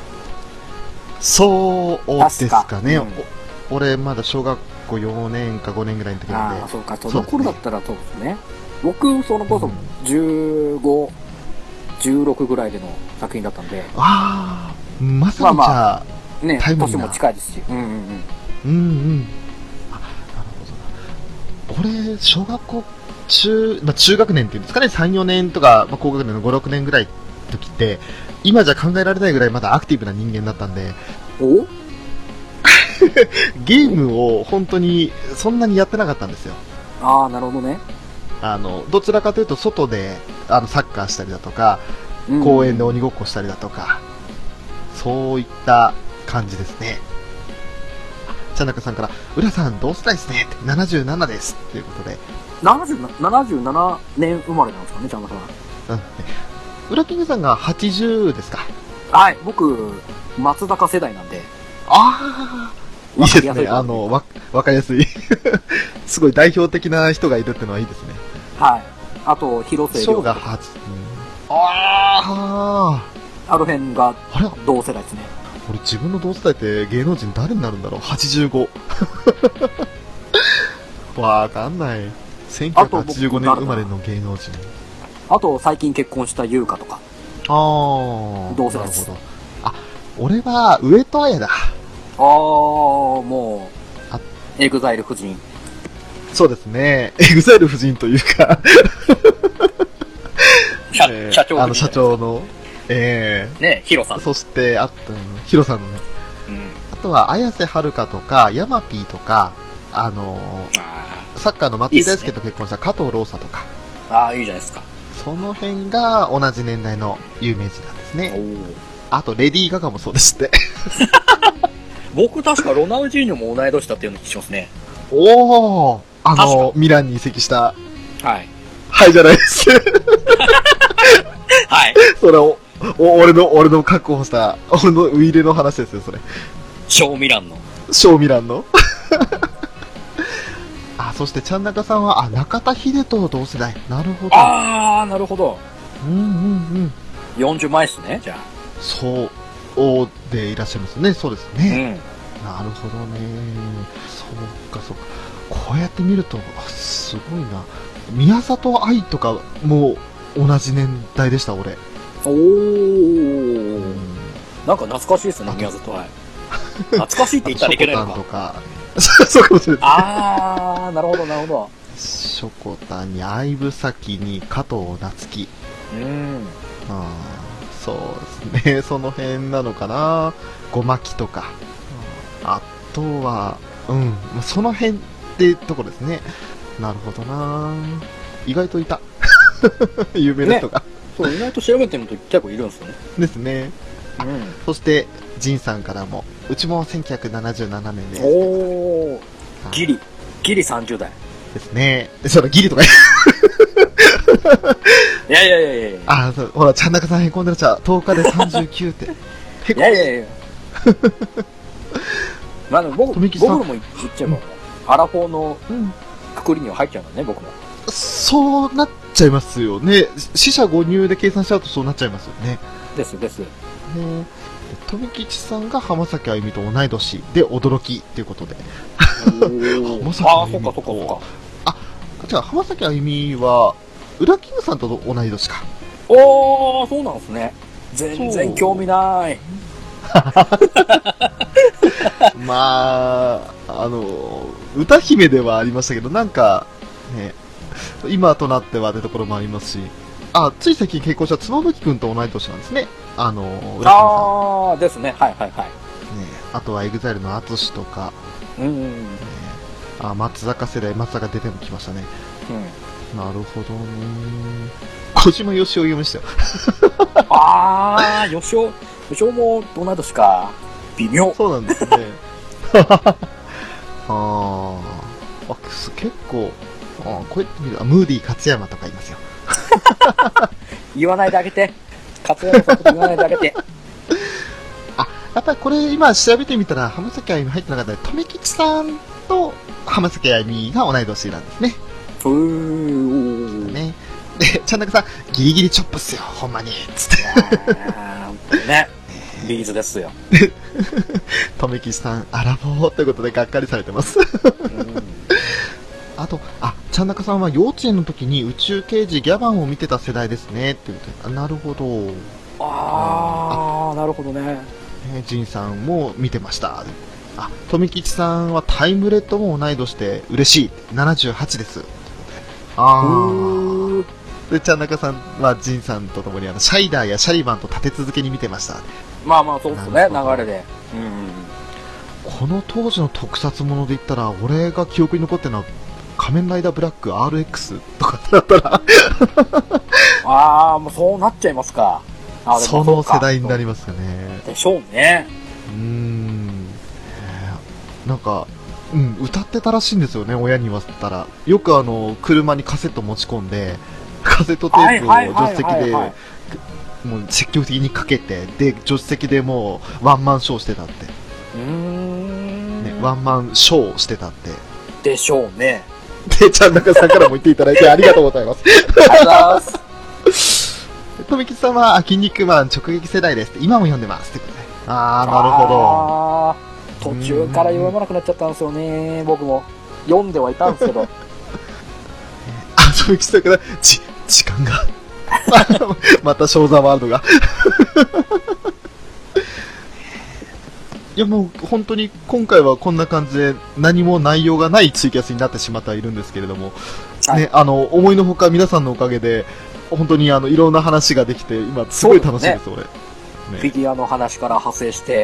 そうですかね。俺まだ小学校4年か5年ぐらいの時なんで。 そうか、その頃だったらそうですね。僕、そのこそ15、16ぐらいでの作品だったんで。 まさにじゃあ、 ね、年も近いですし。なるほどな。これ、小学校中学年っていうんですかね、3、4年とか、高学年の5、6年ぐらいの時って、今じゃ考えられないぐらいまだアクティブな人間だったんで、ゲームを本当にそんなにやってなかったんですよ。 なるほどね。 どちらかというと外でサッカーしたりだとか、公園で鬼ごっこしたりだとか、そういった感じですね。ちゃなかさんから、浦さん同世代ですねって、77ですっていうことで。 77年生まれなんですかね、ちゃなかさん。 浦キングさんが80ですか。 はい、僕、松坂世代なんで。 いいですね。わかりやすい。すごい代表的な人がいるってのはいいですね。 はい。あと、広瀬亮が8。 あの辺が同世代ですね。 俺自分の同世代って芸能人誰になるんだろう。85。わかんない。1985年生まれの芸能人。 あと、最近結婚した優香とか。同世代です。 なるほど。俺は上戸彩だ。 もう、エグザイル夫人。 そうですね。エグザイル夫人というか社長。 社長の、 ね、ヒロさん。 そして、ヒロさんのね。あとは、綾瀬はるかとか、ヤマピーとか、 あサッカーの松井大輔と結婚した加藤ローサとか、 いいじゃないですか。 その辺が同じ年代の有名人なんですね。 おあと、レディー・ガガもそうですって。 僕確かロナウジーニョも同い年だっていうの気しますね。 おー、 確かミランに移籍した、 はい。 はいじゃないです。 はい。 それ俺の確保した、俺のウイイレの話ですよ、それ。 小ミランの。 小ミランの。そして、ちゃんなかさんは、中田秀人同世代。なるほど。 なるほど。40前っすね、じゃあ。 そうでいらっしゃいますね。そうですね。なるほどね。そうか。こうやって見ると、すごいな。宮里藍とかも同じ年代でした、俺。 なんか懐かしいですね、宮里藍。懐かしいって言ったらいけないのか。 ショコタンとか。そうかもしれない。 なるほど、なるほど。 ショコタンに相武咲に加藤夏樹。そうですね。その辺なのかな。ごまきとか。あとは、その辺ってとこですね。なるほどな。意外といた。有名な人が。 そう、意外と調べてみると結構いるんですよね。 ですね。そして、ジンさんからも、うちも1977年です。ギリ30代。ですね。そら、ギリとかいや。 ほら、ちゃんなかさんへこんでるちゃう。10日で39って。 いや。僕も言っちゃえば、アラフォーのくくりには入っちゃうのね、僕も。 そうなっちゃいますよね。四捨五入で計算しちゃうとそうなっちゃいますよね。 です。ね、 富吉さんが浜崎あゆみと同い年で驚きっていうことで。浜崎あゆみと。じゃあ浜崎あゆみは、ウラキングさんと同い年か。 そうなんですね。全然興味ない。 歌姫ではありましたけど、なんか、ね、今となってはってところもありますし、つい最近結婚した妻夫木くんと同い年なんですね。ウラキングさん。 ですね。はい。ね、 あとはエグザイルの淳とか、松坂世代、松坂出てもきましたね。なるほどね。小島よしお読みましたよ。 よしおも同い年か。微妙。 そうなんですね。結構、こうやって見ると、ムーディ勝山とかいますよ。 言わないであげて。勝山さんと言わないであげて。 やっぱりこれ今調べてみたら、浜崎あゆみ入ってなかったら、留吉さんと浜崎あゆみが同い年なんですね。で、ちゃんなかさん、ギリギリチョップっすよ、ほんまに。つって。 ね。ビーズですよ。 留吉さん、アラフォーということでがっかりされてます。あと、ちゃんなかさんは幼稚園の時に宇宙刑事ギャバンを見てた世代ですね、っていうことで。なるほど。 なるほどね。 ジンさんも見てました。富吉さんはタイムレットも同い年で嬉しい。78です。で、ちゃんなかさんはジンさんと共にシャイダーやシャリバンと立て続けに見てました。 そうですね、流れで。 この当時の特撮もので言ったら、俺が記憶に残ってるのは、仮面ライダーブラック RX とかだったらもうそうなっちゃいますか。 その世代になりますよね。 でしょうね。 なんか、歌ってたらしいんですよね、親に言わせたら。よく車にカセット持ち込んで、カセットテープを助手席で、もう積極的にかけて、で、助手席でもうワンマンショーしてたって。ワンマンショーしてたって。 でしょうね。 で、ちゃんなかさんからも言っていただいてありがとうございます。 ありがとうございます。 富吉さんは、筋肉マン直撃世代ですって、今も読んでますってことで。なるほど。途中から読まなくなっちゃったんですよね、僕も。読んではいたんですけど。 富吉さんから、時間が。また、ショーザーワールドが。いや、もう、本当に、今回はこんな感じで、何も内容がないツイキャスになってしまってはいるんですけれども、ね、思いのほか皆さんのおかげで、本当にいろんな話ができて、今すごい楽しいです、俺。 フィギュアの話から派生して、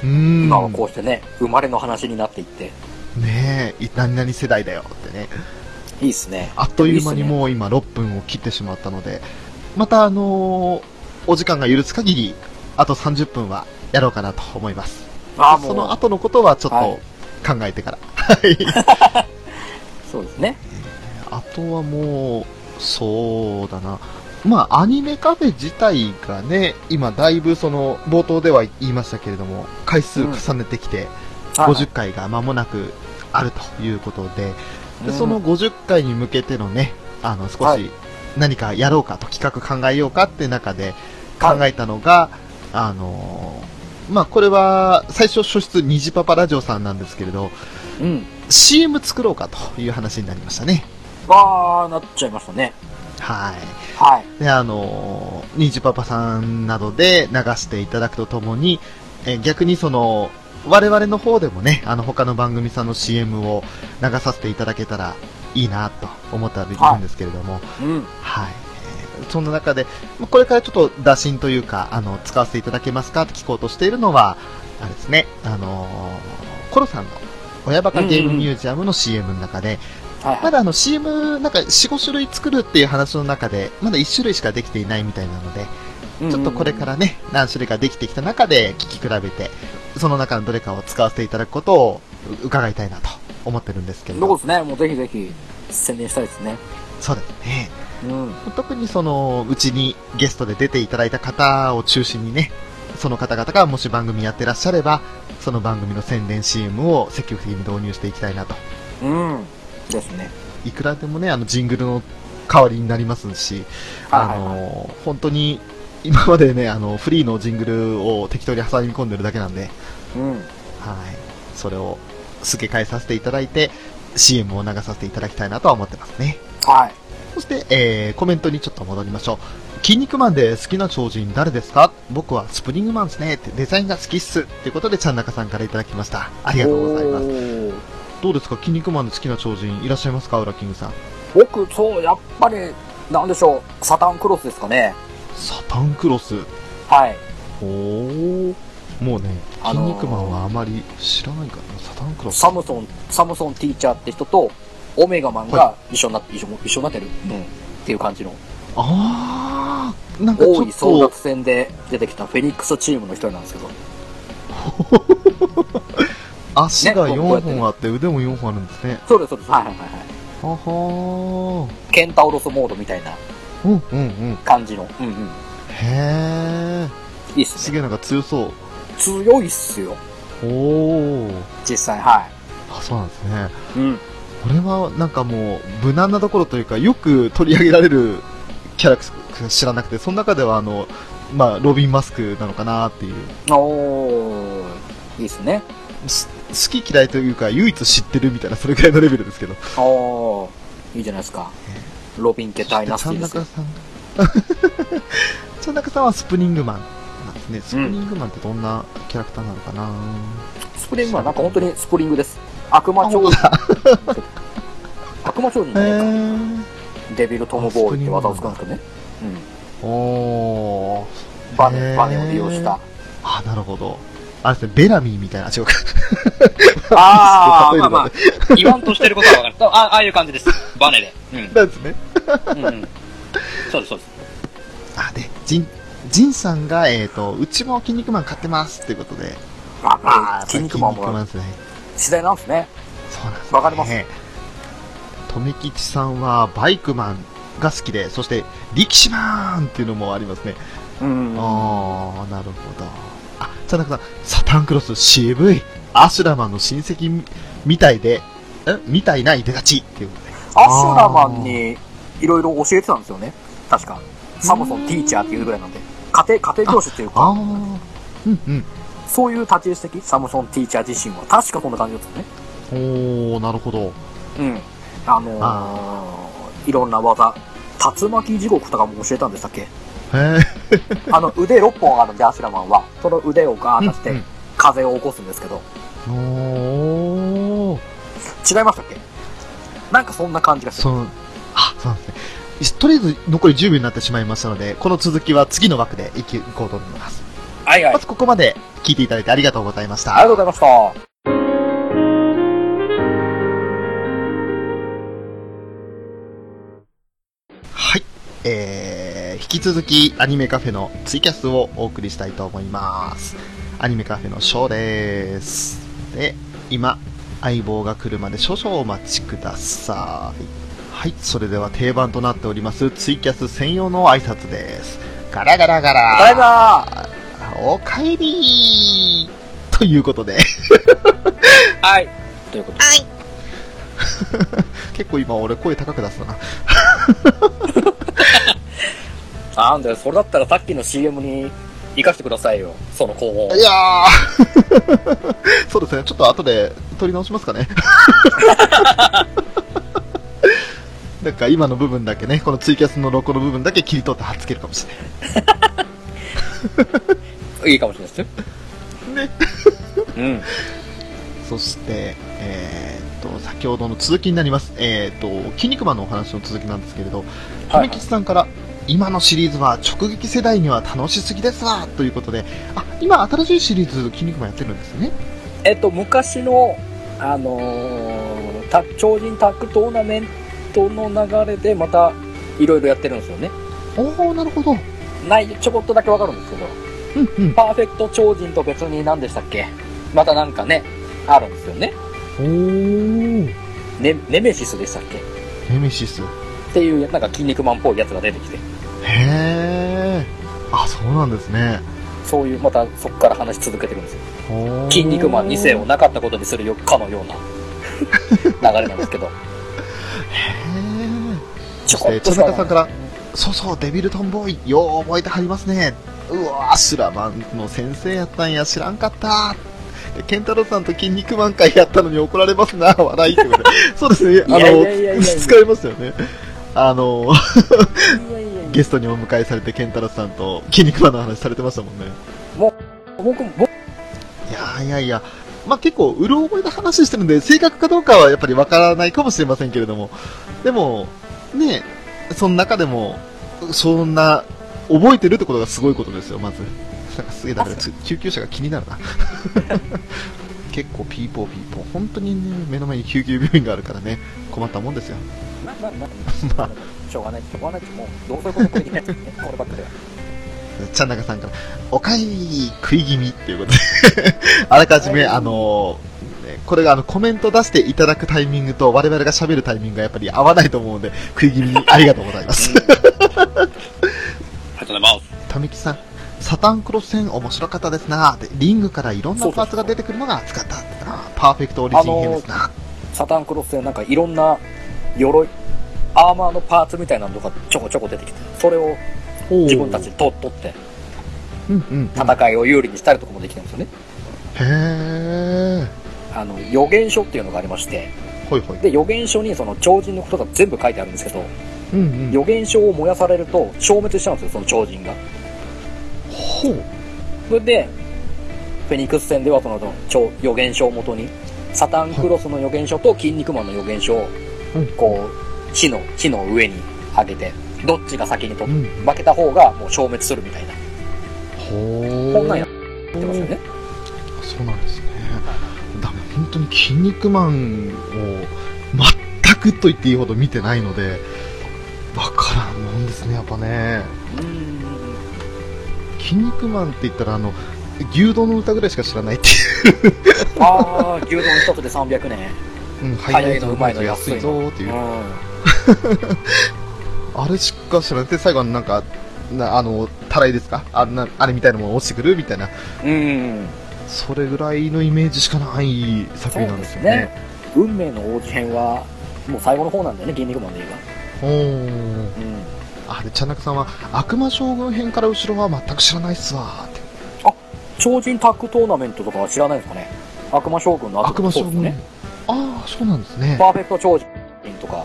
今はこうしてね、生まれの話になっていって。 ねえ、何々世代だよってね。 いいっすね。 あっという間にもう今6分を切ってしまったので、またお時間が許す限り、あと30分はやろうかなと思います。その後のことはちょっと考えてから。はい。 そうですね。 あとはもう、そうだな。まあ、アニメカフェ自体がね、今だいぶ冒頭では言いましたけれども、回数重ねてきて、50回が間もなくあるということで、その50回に向けてのね、少し何かやろうかと、企画考えようかって中で考えたのが、まあ、これは最初初出虹パパラジオさんなんですけれど、CM 作ろうかという話になりましたね。 なっちゃいましたね。 はい。 はい。 で、ニジパパさんなどで流していただくとともに、逆に我々の方でもね、他の番組さんの CM を流させていただけたらいいなと思ってはいるんですけれども、はい。そんな中で、これからちょっと打診というか、使わせていただけますかって聞こうとしているのは、あれですね、コロさんの親バカゲームミュージアムの CM の中で、まだCM なんか4、5種類作るっていう話の中で、まだ1種類しかできていないみたいなので、ちょっとこれからね、何種類かできてきた中で聞き比べて、その中のどれかを使わせていただくことを伺いたいなと思ってるんですけど。 そうですね、もうぜひぜひ宣伝したいですね。 そうですね。特にうちにゲストで出ていただいた方を中心にね、その方々がもし番組やってらっしゃれば、その番組の宣伝 CM を積極的に導入していきたいなと。 ですね。 いくらでもね、ジングルの代わりになりますし、本当に、今までね、フリーのジングルを適当に挟み込んでるだけなんで、はい。それを付け替えさせていただいて、CM を流させていただきたいなとは思ってますね。 はい。 そして、コメントにちょっと戻りましょう。筋肉マンで好きな超人誰ですか？僕はスプリングマンですね。ってデザインが好きっす。ということで、ちゃんなかさんからいただきました。ありがとうございます。どうですか？筋肉マンで好きな超人いらっしゃいますか？ウラキングさん。 僕、やっぱり、なんでしょう、サタンクロスですかね。 サタンクロス。 はい。 もうね、筋肉マンはあまり知らないからな、サタンクロス。 サムソンティーチャーって人と、オメガマンが一緒になってる、っていう感じの。 なんかちょっと。 大井争奪戦で出てきたフェニックスチームの一人なんですけど。 足が4本あって腕も4本あるんですね。 そうです。はい。ケンタウロスモードみたいな感じの。 へー。 いいっすね。 すげえなんか強そう。 強いっすよ。実際、はい。 そうなんですね。これはなんかもう無難なところというか、よく取り上げられるキャラクター知らなくて、その中ではロビンマスクなのかなっていう。 いいっすね。 好き嫌いというか唯一知ってるみたいな、それぐらいのレベルですけど。 いいじゃないですか。ロビン家ダイナスティですよ。 ちゃんなかさんはスプリングマンなんですね。スプリングマンってどんなキャラクターなのかな？ スプリングマンなんか本当にスプリングです。悪魔超人。悪魔超人じゃねえか。デビルトムボーイって技を使うんですけどね。バネを利用した。 なるほど。あれですね、ベラミーみたいな、違うか。 まあ、言わんとしてることは分かる。ああいう感じです。バネで。 なんですね。 そうです。 で、ジンさんが、うちも筋肉マン買ってますっていうことで。 筋肉マンも世代なんですね。 そうなんですね。 わかります。 留吉さんはバイクマンが好きで、そして力士マンっていうのもありますね。なるほど。さなかさん、サタンクロス渋い。アシュラマンの親戚みたいないでたちっていうことで。 アシュラマンにいろいろ教えてたんですよね。確か。サムソンティーチャーっていうぐらいなんで。家庭教師っていうか。そういう立ち位置的、サムソンティーチャー自身は。確かそんな感じですね。 なるほど。 いろんな技。竜巻地獄とかも教えたんでしたっけ？腕6本あるんで、アシュラマンは。その腕をガーッ出して、風を起こすんですけど。違いましたっけ？なんかそんな感じがする。 そうなんですね。とりあえず残り10秒になってしまいましたので、この続きは次の枠でいこうと思います。 はいはい。 まずここまで聞いていただいてありがとうございました。 ありがとうございました。 はい。引き続きアニメカフェのツイキャスをお送りしたいと思います。アニメカフェのショーです。で、今、相棒が来るまで少々お待ちください。はい。それでは定番となっておりますツイキャス専用の挨拶です。ガラガラガラ。 バイバおかえりーということで。 はい。ということで。はい。 結構今俺声高く出したな。 なんだよ、それだったらさっきの CM に生かしてくださいよ、その高音。 いやーそうですね、ちょっと後で撮り直しますかね。なんか今の部分だけね、このツイキャスのロゴの部分だけ切り取って貼っつけるかもしれない。 いいかもしれないですよ。 ね。 うん。 そして、先ほどの続きになります。筋肉マンのお話の続きなんですけれど、富吉さんから、今のシリーズは直撃世代には楽しすぎですわということで、あ、今新しいシリーズ筋肉マンやってるんですね。 昔の超人タッグトーナメントの流れでまたいろいろやってるんですよね。 おお、なるほど。 ちょこっとだけわかるんですけど、 うんうん。 パーフェクト超人と別に何でしたっけ？またなんかね、あるんですよね。 おー。 ネメシスでしたっけ？ ネメシス。 っていうなんか筋肉マンっぽいやつが出てきて。 へー。あ、そうなんですね。 そういう、またそこから話し続けてるんですよ。筋肉マン2世をなかったことにするかのような流れなんですけど。 へー。そして、田中さんから、そうそう、デビルトンボーイ、よう覚えてはりますね。うわー、シュラマンの先生やったんや、知らんかったで、ケンタロウさんと筋肉マン会やったのに怒られますな、笑いってことで。そうですね、使いますよね。ゲストにお迎えされてケンタロウさんと筋肉マンの話されてましたもんね。いや、まあ、結構うる覚えの話してるんで正確かどうかはやっぱりわからないかもしれませんけれども、でもね、その中でもそんな覚えてるってことがすごいことですよ。まずなんかすげえだから救急車が気になるな。結構ピーポー本当にね、目の前に救急病院があるからね、困ったもんですよ。 まあしょうがない、もうどうそういうこともできないですね、こればっかりは。 ちゃんなかさんからおかえり食い気味っていうことであらかじめこれがコメント出していただくタイミングと我々が喋るタイミングがやっぱり合わないと思うので、食い気味にありがとうございます。ありがとうございます。 富木さん、サタンクロス戦面白かったですな。でリングからいろんなパーツが出てくるのが熱かった。パーフェクトオリジン編ですな。 サタンクロス戦なんかいろんな鎧、アーマーのパーツみたいなのがちょこちょこ出てきて、それを自分たちで取って戦いを有利にしたりとかもできるんですよね。 へー。 予言書っていうのがありまして、で予言書にその超人のことが全部書いてあるんですけど、予言書を燃やされると消滅しちゃうんですよ、その超人が。それでフェニックス戦ではその予言書をもとにサタンクロスの予言書と筋肉マンの予言書をこう火の上に上げて、どっちが先にと、負けた方がもう消滅するみたいな、こんなんやってますよね。 そうなんですね。本当に筋肉マンを全くと言っていいほど見てないのでわからんもんですね、やっぱね。筋肉マンって言ったら牛丼の歌ぐらいしか知らないっていうああ、牛丼一つで300年、早いのうまいの安いぞっていう、あれしか知らないで、最後なんかたらいですか、あれみたいなもの落ちてくるみたいな、それぐらいのイメージしかない作品なんですよね。 運命の王子編はもう最後の方なんだよね、筋肉マンで言えば。 あれ、チャンナクさんは悪魔将軍編から後ろは全く知らないっすわって。 超人タッグトーナメントとかは知らないですかね。悪魔将軍の悪魔将軍ね。ああ、そうなんですね。 パーフェクト超人とか。 なる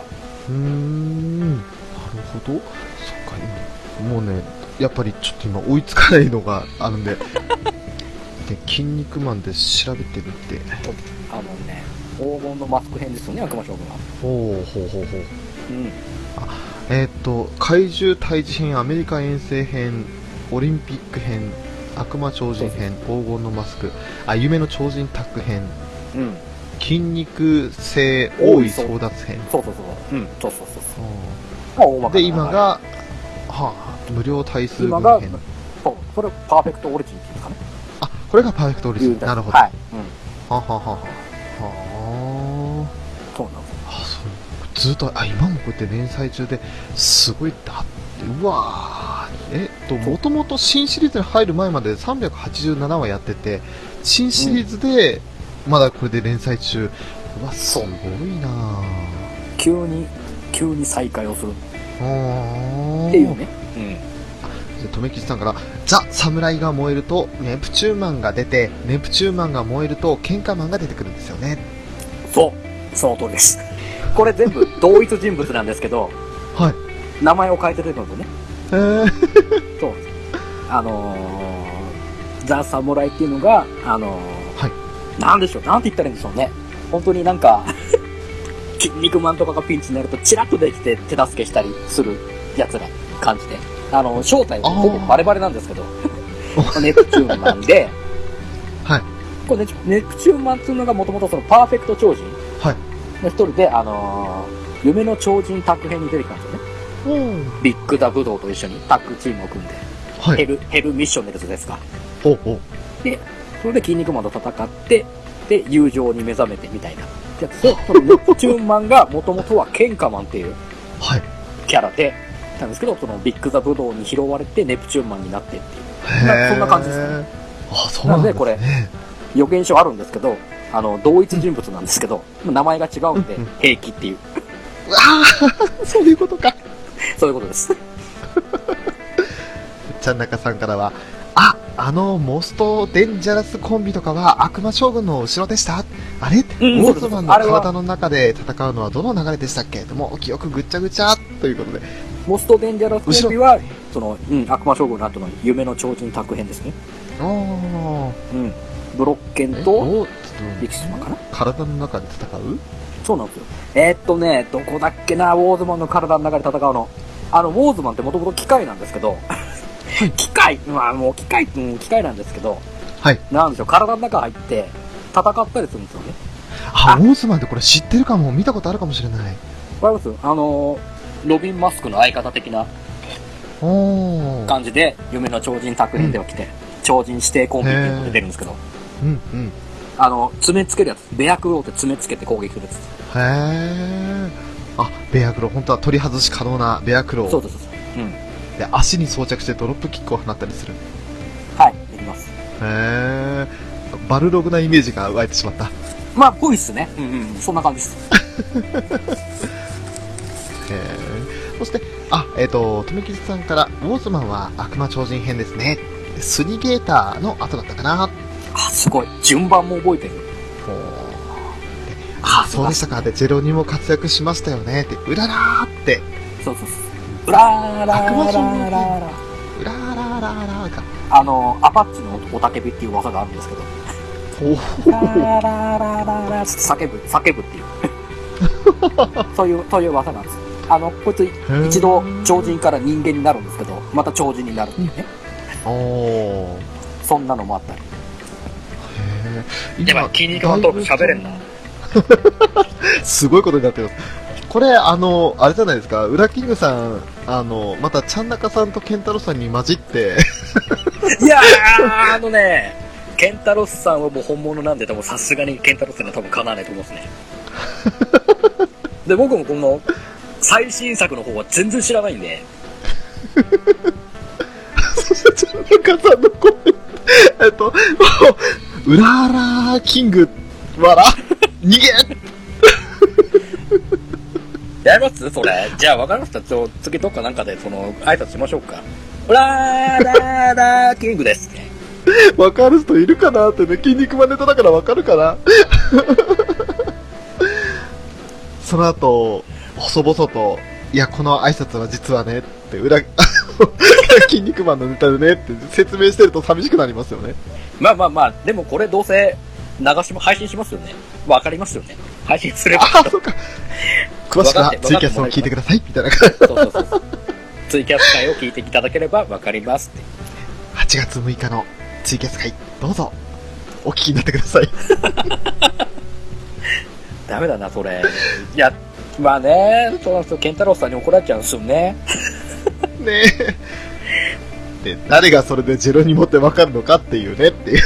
ほど。そっか、今もうね、やっぱりちょっと今追いつかないのがあるんでで、筋肉マンで調べてみて、 黄金のマスク編ですよね、悪魔将軍は。 ほう。怪獣退治編、アメリカ遠征編、オリンピック編、 悪魔超人編、黄金のマスク、あ、夢の超人タッグ編、 うん。 筋肉性多い争奪編。 そうそうそう。うん。そうそうそうそう。 うんまあ、大まかなで、今が、はあ、無料対数今が分編。 そう、それパーフェクトオリジンっていうかね。 あ、これがパーフェクトオリジン。なるほど。 はい。うん。 はははははそうなんです。 あ、そう。ずっと、あ、今もこうやって連載中ですごいってあって、うわー。もともと新シリーズに入る前まで387話やってて、新シリーズで、まだこれで連載中。うわ、すごいなぁ。 急に再開をするあーっていうね。うん。 で、留吉さんから、ザ・サムライが燃えると、ネプチューンマンが出て、ネプチューンマンが燃えると、喧嘩マンが出てくるんですよね。 そう。その通りです。これ全部同一人物なんですけど、 はい。 名前を変えてるのとね。そう。ザ・サムライっていうのが、 はい。 なんでしょう、なんて言ったらいいんでしょうね。本当になんか、筋肉マンとかがピンチになると、チラッとできて手助けしたりするやつら感じで。正体はほぼバレバレなんですけど、ネプチューンマンで、 はい。 これネプチューンマンっていうのがもともとそのパーフェクト超人はい。 の一人で、夢の超人タッグ編に出てきたんですよね。ビッグダブドウと一緒にタッグチームを組んで、 はい。 ヘルミッショネルズですか。 ほうほう。 で、それで筋肉マンと戦って、で、友情に目覚めてみたいな。やつで、このネプチューンマンがもともとはケンカマンっていうはい。 キャラで、なんですけど、そのビッグザブドウに拾われてネプチューンマンになってっていう。そんな感じですね。 あ、そうなんですね。 なのでこれ予言書あるんですけど、同一人物なんですけど、名前が違うんで、平気っていう。 ああ、そういうことか。 そういうことです。 ちゃんなかさんからは、モストデンジャラスコンビとかは悪魔将軍の後ろでしたあれ、ウォーズマンの体の中で戦うのはどの流れでしたっけでも、記憶ぐっちゃぐちゃということで。 モストデンジャラスコンビは、悪魔将軍の後の夢の超人タッグ編ですね。 ああ。 うん。ブロッケンと、力士島かな体の中で戦うそうなんですよ。どこだっけな、ウォーズマンの体の中で戦うの。ウォーズマンってもともと機械なんですけど、機械なんですけど、 はい。 なんでしょう、体の中入って戦ったりするんですよね。 ウォーズマンってこれ知ってるかも、見たことあるかもしれない。 わかりますロビン・マスクの相方的な感じで、夢の超人タッグ編では来て、超人指定コンビっていうのが出てるんですけど、 うんうん。 爪つけるやつ、ベアクローって爪つけて攻撃するやつ。 へー。あ、ベアクロー、本当は取り外し可能なベアクロー。 そうそうそう。うん。 で、足に装着してドロップキックを放ったりする。 はい、できます。 へー。バルログなイメージが湧いてしまった。 まあ、ぽいっすね。うんうん、そんな感じです。 そして、とめきじさんから、ウォーズマンは悪魔超人編ですね。スニゲーターの後だったかな。 すごい。順番も覚えてる。 そうでしたか。で、ジェロにも活躍しましたよね。って、うららーって。 そうそうそう。うらーらー悪魔超人編。 らーらーらうらーらーらーらーか。 アパッチのおたけびっていう技があるんですけど。 おーらーらーらーらー叫ぶっていう。そういう技なんです。こいつ一度超人から人間になるんですけど、また超人になるっていうね。そんなのもあったり。やばい、筋肉マントーク喋れんな。 すごいことになってます。これ、あれじゃないですか、ウラキングさん、また、ちゃんなかさんとケンタロスさんに混じって。 いやー、ケンタロスさんはもう本物なんで、多分さすがにケンタロスさんには多分かなわないと思うんですね。で、僕もこの、最新作の方は全然知らないんで。 そして、ちゃんなかさんのコメント、ウラーラーキング、わら逃げやりますそれ。じゃあ分かりました。次どっかなんかで、挨拶しましょうか。ウラーラーラーキングですね。 わかる人いるかなってね、筋肉マンネタだからわかるかなその後、細々と、いや、この挨拶は実はね、って、筋肉マンのネタでね、って説明してると寂しくなりますよね。 まあ、でもこれどうせ、配信しますよね。わかりますよね。配信すれば。 そうか。詳しくはツイキャスを聞いてください、みたいな感じ。 そう。ツイキャス会を聞いていただければわかりますって。 8月6日のツイキャス会、どうぞ、お聞きになってください。 ダメだな、それ。いや、まあね、そうなんですよ。ケンタロウさんに怒られちゃうんですよね。 ねえ。で、誰がそれでジェロニモってわかるのかっていうねっていう。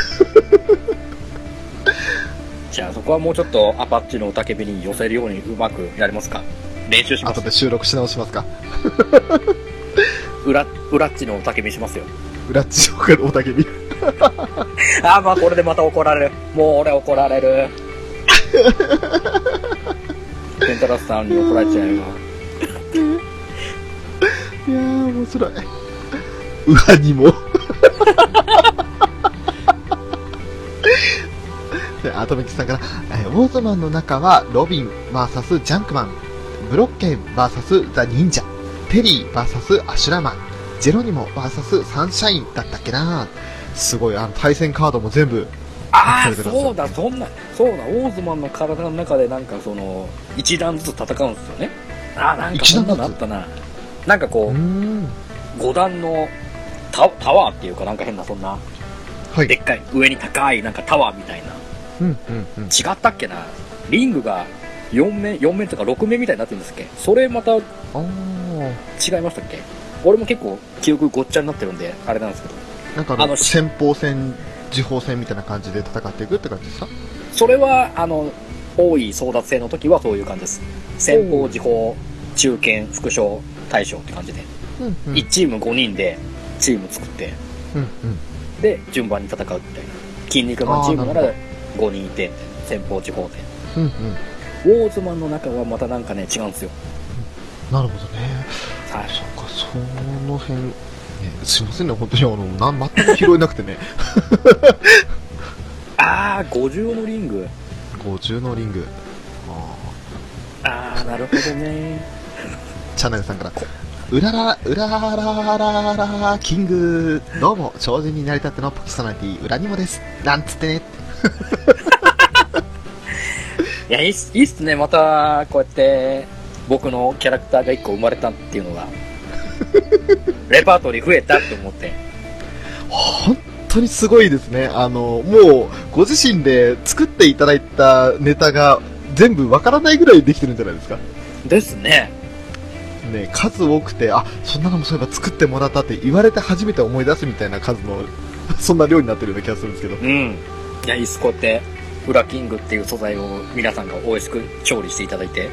じゃあそこはもうちょっとアパッチの雄たけびに寄せるようにうまくやりますか。練習します。 後で収録し直しますか。 裏っちの雄たけびしますよ。 裏っちのおたけび。 ああ、まあこれでまた怒られる。もう俺怒られる。ケンタロウさんに怒られちゃうよ。 いやー、面白い。裏にも。で、アトミックさんから、オーズマンの中は、ロビン VS ジャンクマン、ブロッケン VS ザ・忍者、テリー VS アシュラマン、ジェロニモ VS サンシャインだったっけな。すごい、対戦カードも全部。 ああ、そうだ、そうだ、オーズマンの体の中でなんかその、一段ずつ戦うんですよね。ああ、なんかそんなのあったな。なんかこう、5段のタワーっていうかなんか変なそんな、 はい、 でっかい、上に高いなんかタワーみたいな。違ったっけな。リングが4面とか6面みたいになってるんですっけ。それまた違いましたっけ。俺も結構記憶ごっちゃになってるんであれなんですけど、 なんか先鋒戦時報戦みたいな感じで戦っていくって感じですか。 それは多い争奪戦の時はそういう感じです。先鋒時報中堅副将大将って感じで、1チーム5人でチーム作って、で順番に戦うみたいな。筋肉マンチームなら5人いて先鋒時報で、ウォーズマンの中はまたなんかね違うんですよ。 なるほどね。はい、そっか、その辺、ね、すいませんね、本当に全く拾えなくてね。 ああ、50のリング。 50のリング。 ああ、なるほどね。 チャンネルさんから、うらららキング、どうも、超人になりたってのパキソナリティ、裏にもです。なんつってね。 いや、いいっすね。また、こうやって、僕のキャラクターが1個生まれたっていうのが、レパートリー増えたって思って。 本当にすごいですね。もう、ご自身で作っていただいたネタが全部わからないぐらいできてるんじゃないですか。 ですね。 ね、数多くて、あ、そんなのもそういえば作ってもらったって言われて初めて思い出すみたいな数の、そんな量になってるような気がするんですけど。 うん。いや、いいっす。こうやって、ウラキングっていう素材を皆さんが美味しく調理していただいて。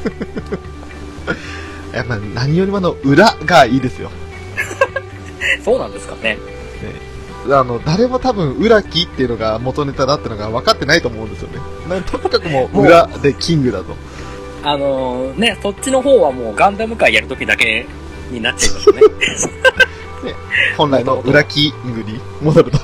やっぱ何よりも裏がいいですよ。 そうなんですかね。 誰も多分、裏木っていうのが元ネタだってのが分かってないと思うんですよね。とにかくもう、裏でキングだと。 ね、そっちの方はもうガンダム界やるときだけになっちゃいますよね。 ね、本来の裏キングに戻ると。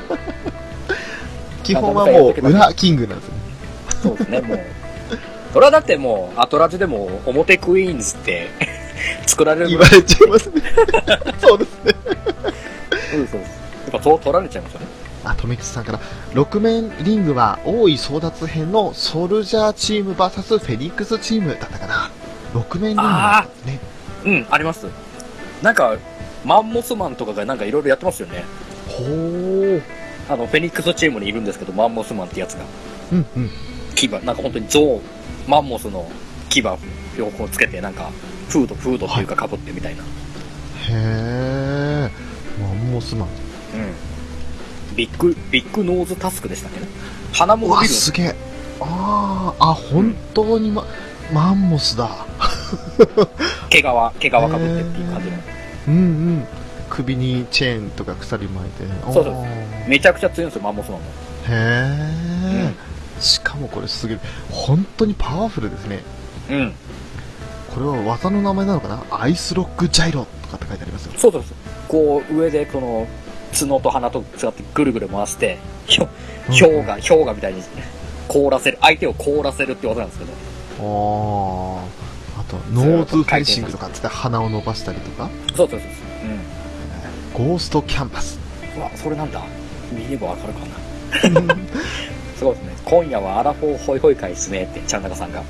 基本はもう、裏キングなんですよね。 そうですね、もう。それはだってもう、アトラジでも表クイーンズって作られる。 言われちゃいますね。そうですね。 そうです。やっぱそう取られちゃいますよね。 とめきちさんから、6面リングは大井争奪編のソルジャーチーム VS フェニックスチームだったかな。6面リングなんですね。 うん、あります。なんか、マンモスマンとかがなんかいろいろやってますよね。 ほー。 フェニックスチームにいるんですけど、マンモスマンってやつが。牙、なんか本当にマンモスの牙を両方つけて、なんか、フードっていうか被ってみたいな。 へー。マンモスマン。 ビッグノーズタスクでしたっけね。鼻も伸びる。 すげえ。本当にマンモスだ。 毛皮被ってっていう感じの。 首にチェーンとか鎖巻いて。 そう。めちゃくちゃ強いんですよ、マンモスマンも。 へー。しかもこれすげえ。本当にパワフルですね。これは技の名前なのかな。アイスロックジャイロとかって書いてありますよ。 そう。こう、上でこの、角と鼻と使ってぐるぐる回して、氷河みたいに凍らせる、相手を凍らせるって技なんですけど。あと、ノーズフェンシングとかって鼻を伸ばしたりとか。 そう。 ゴーストキャンパス。 うわ、それなんだ。見ればわかるかな。すごいですね。今夜はアラフォーホイホイ会ですねって、ちゃんなかさんが。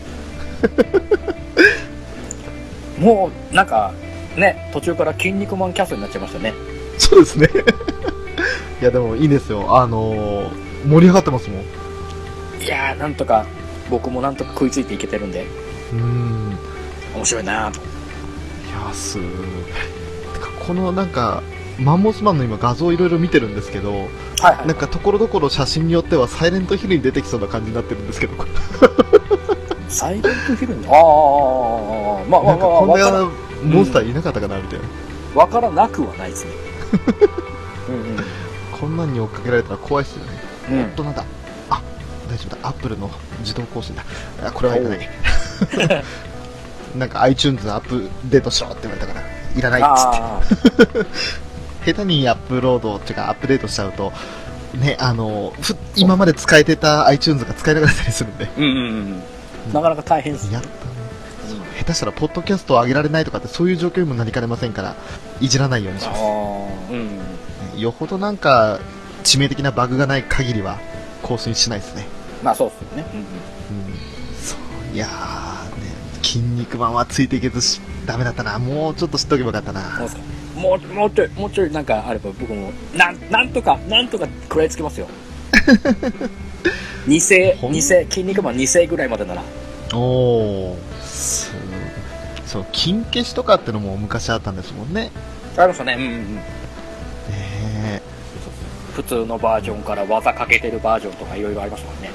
もう、なんか、ね、途中から筋肉マンキャストになっちゃいましたね。 そうですね。 いやでもいいですよ。盛り上がってますもん。 いやー、なんとか、僕もなんとか食いついていけてるんで、面白いなぁと。 いやすてかこのなんかマンモスマンの今画像いろいろ見てるんですけど、 はいはい。 なんかところどころ写真によってはサイレントヒルに出てきそうな感じになってるんですけど、これサイレントヒルに、まあなんかこんわからなモンスターいなかったかなみたいな、 わからなくはないですね。うんこんなんに追っかけられたら怖いっすよね。 うん。 おっとなんだ、あ、大丈夫だ、アップルの自動更新だ。あ、これはいらないなんか iTunes アップデートしろって言われたからいらないっつってあ下手にアップロードっていうかアップデートしちゃうとね、今まで使えてた iTunes が使えなくなったりするんで、 うんうんうん。なかなか大変です。 やったね。下手したらポッドキャストを上げられないとかってそういう状況にもなりかねませんから、いじらないようにします。よほどなんか致命的なバグがない限りは更新しないですね。 まあそうっすよね。 そういやーね、筋肉マンはついていけずダメだったな。もうちょっと知っとけばよかったな。 そうっすか。もうちょいなんかあれば僕もなんとか食らいつけますよ。2世筋肉マン2世ぐらいまでなら。 おー、そう金消しとかってのも昔あったんですもんね。 ありましたね。 ね普通のバージョンから技かけてるバージョンとかいろいろありましたもんね。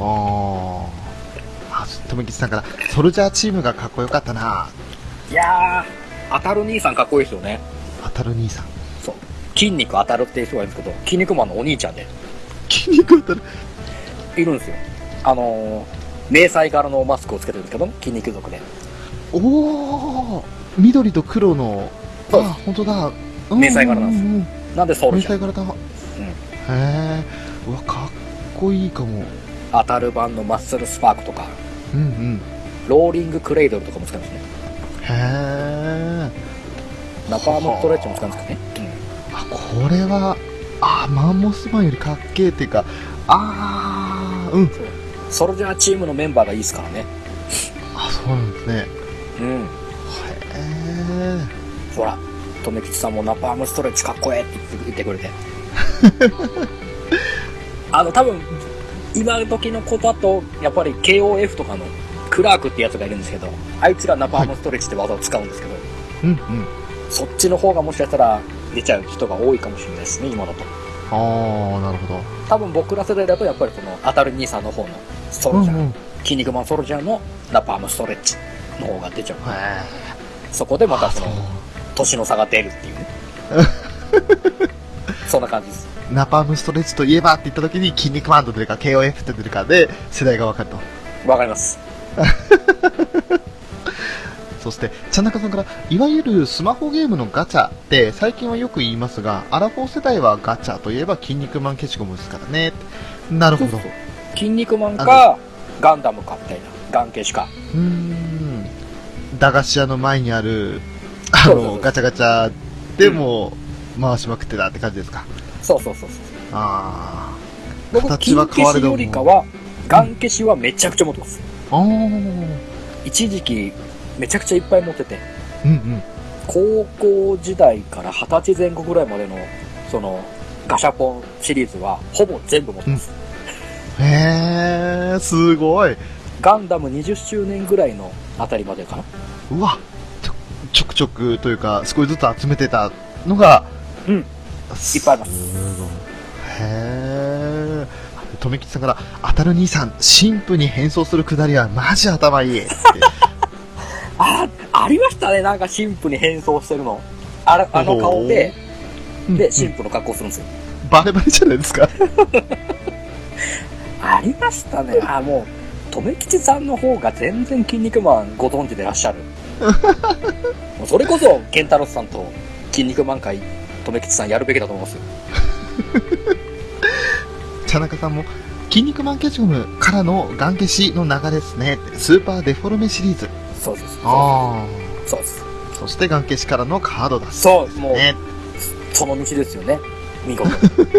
富吉さんからソルジャーチームがかっこよかったな。 いやー、当たる兄さんかっこいいですよね。 当たる兄さん、 そう、筋肉当たるっていう人がいるんですけど、筋肉マンのお兄ちゃんで筋肉当たるいるんですよ。迷彩柄のマスクをつけてるんですけど、筋肉族で。 おー、緑と黒の、 そうあ、本当だ、 迷彩柄なんですよ。なんでソルジャー。 迷彩柄だ。へー、うわ、かっこいいかも。 当たる版のマッスルスパークとか、ローリングクレイドルとかも使うんですね。 へー、 ナパームストレッチも使うんですかね。 あ、これは、マンモスマンよりかっけーっていうか、 ソルジャーチームのメンバーがいいですからね。 そうなんですね。へー、 ほら、留吉さんもナパームストレッチかっこええって言ってくれて。多分、今時の子だと、やっぱり KOF とかのクラークってやつがいるんですけど、あいつがナパームストレッチって技を使うんですけど、そっちの方がもしかしたら出ちゃう人が多いかもしれないですね、今だと。 なるほど。 多分僕ら世代だとやっぱりこの当たる兄さんの方のソルジャー、筋肉マンソルジャーのナパームストレッチの方が出ちゃう。そこでまたその年の差が出るっていうね。そんな感じです。 ナパームストレッチといえばって言った時に筋肉マンと出るか KOF って出るかで世代が分かると。 わかります。 そしてちゃんなかさんから、いわゆるスマホゲームのガチャって最近はよく言いますが、アラフォー世代はガチャといえば筋肉マン消しゴムですからね。なるほど。 筋肉マンかガンダムかみたいな、ガン消しか。 駄菓子屋の前にあるガチャガチャでも回しまくってたって感じですか。 そう。僕、筋消しよりかはガン消しはめちゃくちゃ持ってます。一時期めちゃくちゃいっぱい持ってて、高校時代から20歳前後ぐらいまでのそのガシャポンシリーズはほぼ全部持ってます。 へー、すごい。 ガンダム20周年ぐらいのあたりまでかな。 うわ、ちょくちょくというか少しずつ集めてたのが、 いっぱいあります。 へー。留吉さんから、当たる兄さん神父に変装するくだりはマジ頭いいってありましたね。なんか神父に変装してるの、あの顔で神父の格好するんですよ。 バレバレじゃないですか。 ありましたね。もう留吉さんの方が全然筋肉マンご存知でいらっしゃる。もうそれこそケンタロスさんと筋肉マン会留吉さんやるべきだと思いますよ。 田中さんも、筋肉マン消しゴムからのガン消しの流れですね。スーパーデフォルメシリーズ。 そうです。そうです。 そしてガン消しからのカードだ。 そう、もう、その道ですよね。見事。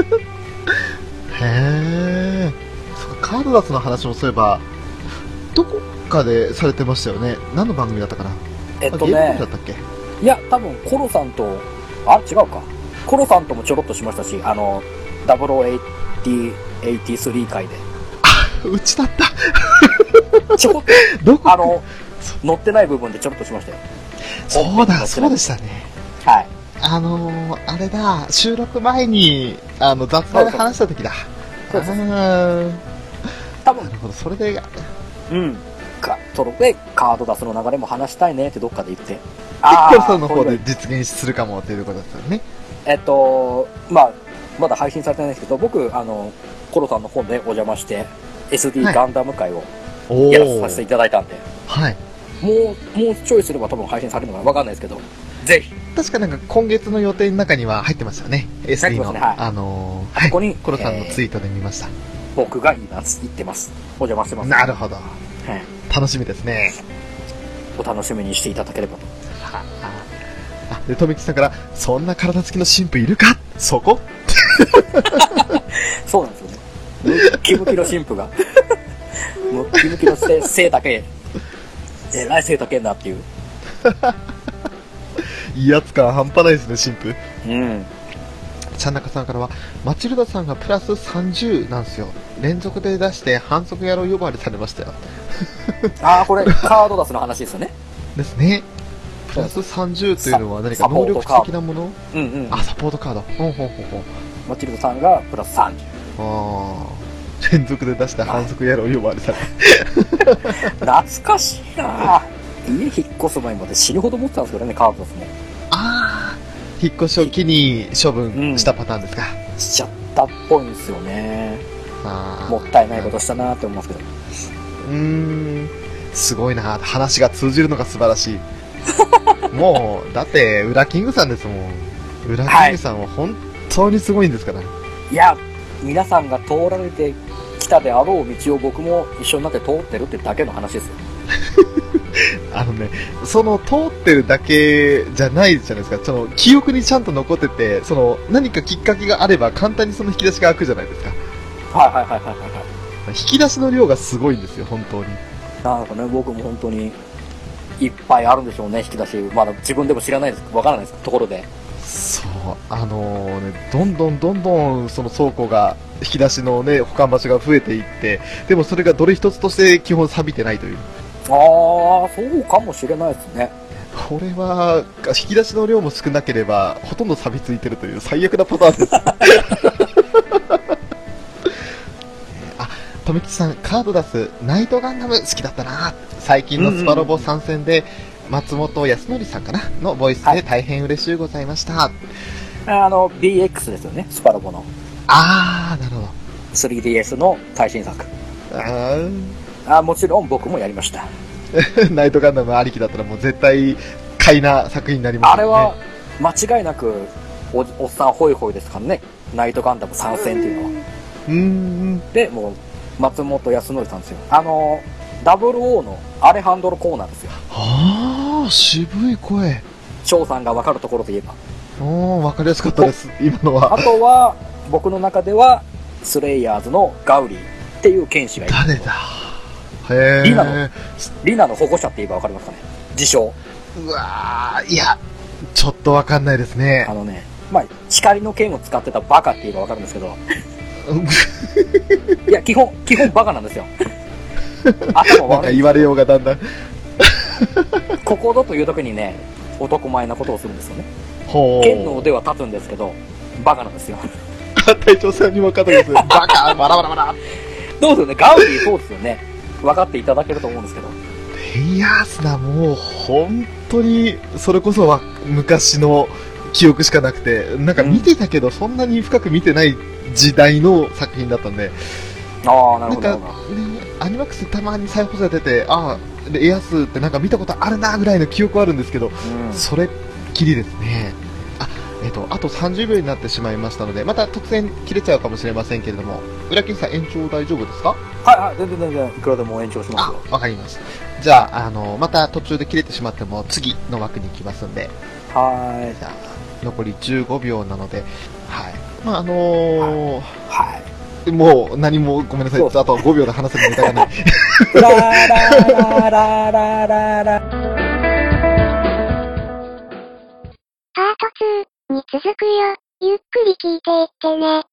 へー。カードダスの話もそういえば、どこかでされてましたよね。何の番組だったかな。ゲームだったっけ。 いや、多分コロさんと、違うか。コロさんともちょろっとしましたし、 0083回で。 うちだった。 ちょこっどこと、乗ってない部分でちょろっとしましたよ。 そうだ、そうでしたね。 はい。 あれだ、収録前に、雑談で話した時だ。 そうそう多分、なるほど、それで、 うん。それで、カード出すの流れも話したいねってどっかで言って。 コロさんの方で実現するかもっていうことですよね。 まだ配信されてないんですけど、僕、コロさんの方でお邪魔して、SD ガンダム会をやらさせていただいたんで、 はい。 もうちょいすれば多分配信されるのかわかんないですけど、ぜひ。 確かなんか今月の予定の中には入ってましたよね。SD の、 はい、ここに、 コロさんのツイートで見ました。 僕が言ってます。お邪魔してます。 なるほど。 はい。 楽しみですね。 お楽しみにしていただければと。 で、とめきさんから、そんな体つきの神父いるかそこそうなんですよね。ムッキムキの神父が。ムッキムキの背だけ、来背だけんなっていう。 威圧感半端ないですね、神父。 うん。 ちゃんなかさんからは、マチルダさんがプラス30なんですよ。連続で出して反則野郎呼ばわりされましたよ。 これ、カード出すの話ですよね。 ですね。プラス30というのは何か能力的なもの？ うんうん。 サポートカード。ほん。 マチルダさんがプラス30。 連続で出して反則野郎呼ばわりされ懐かしいなぁ。家引っ越す前まで死ぬほど持ってたんですけどね、カードですね。 引っ越しを機に処分したパターンですか。 しちゃったっぽいんですよね。もったいないことしたなって思いますけど。 すごいな。話が通じるのが素晴らしい。もう、だって、ウラキングさんですもん。ウラキングさんは本当にすごいんですから。いや、皆さんが通られてきたであろう道を僕も一緒になって通ってるってだけの話ですよ。 その通ってるだけじゃないじゃないですか。その記憶にちゃんと残ってて、その何かきっかけがあれば簡単にその引き出しが開くじゃないですか。 はい。 引き出しの量がすごいんですよ、本当に。 なんかね、僕も本当にいっぱいあるんでしょうね、引き出し。まだ自分でも知らないです。わからないです。ところで。 そう、どんどんその倉庫が引き出しのね、保管場所が増えていって、でもそれがどれ一つとして基本錆びてないという。 そうかもしれないですね。 これは、引き出しの量も少なければ、ほとんど錆びついてるという最悪なパターンです。とめきちさん、カード出すナイトガンダム好きだったな。最近のスパロボ参戦で、松本康則さんかなのボイスで大変嬉しゅうございました。 BX ですよね、スパロボの。 なるほど。 3DS の最新作。もちろん僕もやりました。 ナイトガンダムありきだったらもう絶対買いな作品になりますよね。 あれは間違いなくおっさんホイホイですからね、ナイトガンダム参戦っていうのは。で、もう松本康則さんですよ。00のアレハンドロ・コーナーですよ。 渋い声。 翔さんが分かるところで言えば。 分かりやすかったです、今のは。 あとは、僕の中では、スレイヤーズのガウリーっていう剣士がいる。 誰だ。 リナの保護者って言えば分かりますかね、自称。 いや、ちょっと分かんないですね。 光の剣を使ってたバカって言えば分かるんですけど。いや、基本バカなんですよ。頭悪い。 なんか言われようがだんだん。 ここぞという時にね、男前なことをするんですよね。剣の腕は立つんですけど、バカなんですよ。 隊長さんに分かったです。バカバラバラバラ。 どうですよね、ガウディそうですよね。分かっていただけると思うんですけど。 レイヤースな、もう本当にそれこそは昔の記憶しかなくて、なんか見てたけど、そんなに深く見てない時代の作品だったんで。 なるほど。なんか、 アニマックスたまに再放送出て、レイヤースってなんか見たことあるなぐらいの記憶はあるんですけど、それっきりですね。あと30秒になってしまいましたので、また突然切れちゃうかもしれませんけれども、ウラキンさん延長大丈夫ですか？ 全然、いくらでも延長しますよ。 わかります。じゃあ、また途中で切れてしまっても、次の枠に行きますんで。じゃあ、残り15秒なので、もう何もごめんなさい。あと5秒で話せるネタがない。 パート2に続くよ。ゆっくり聞いていってね。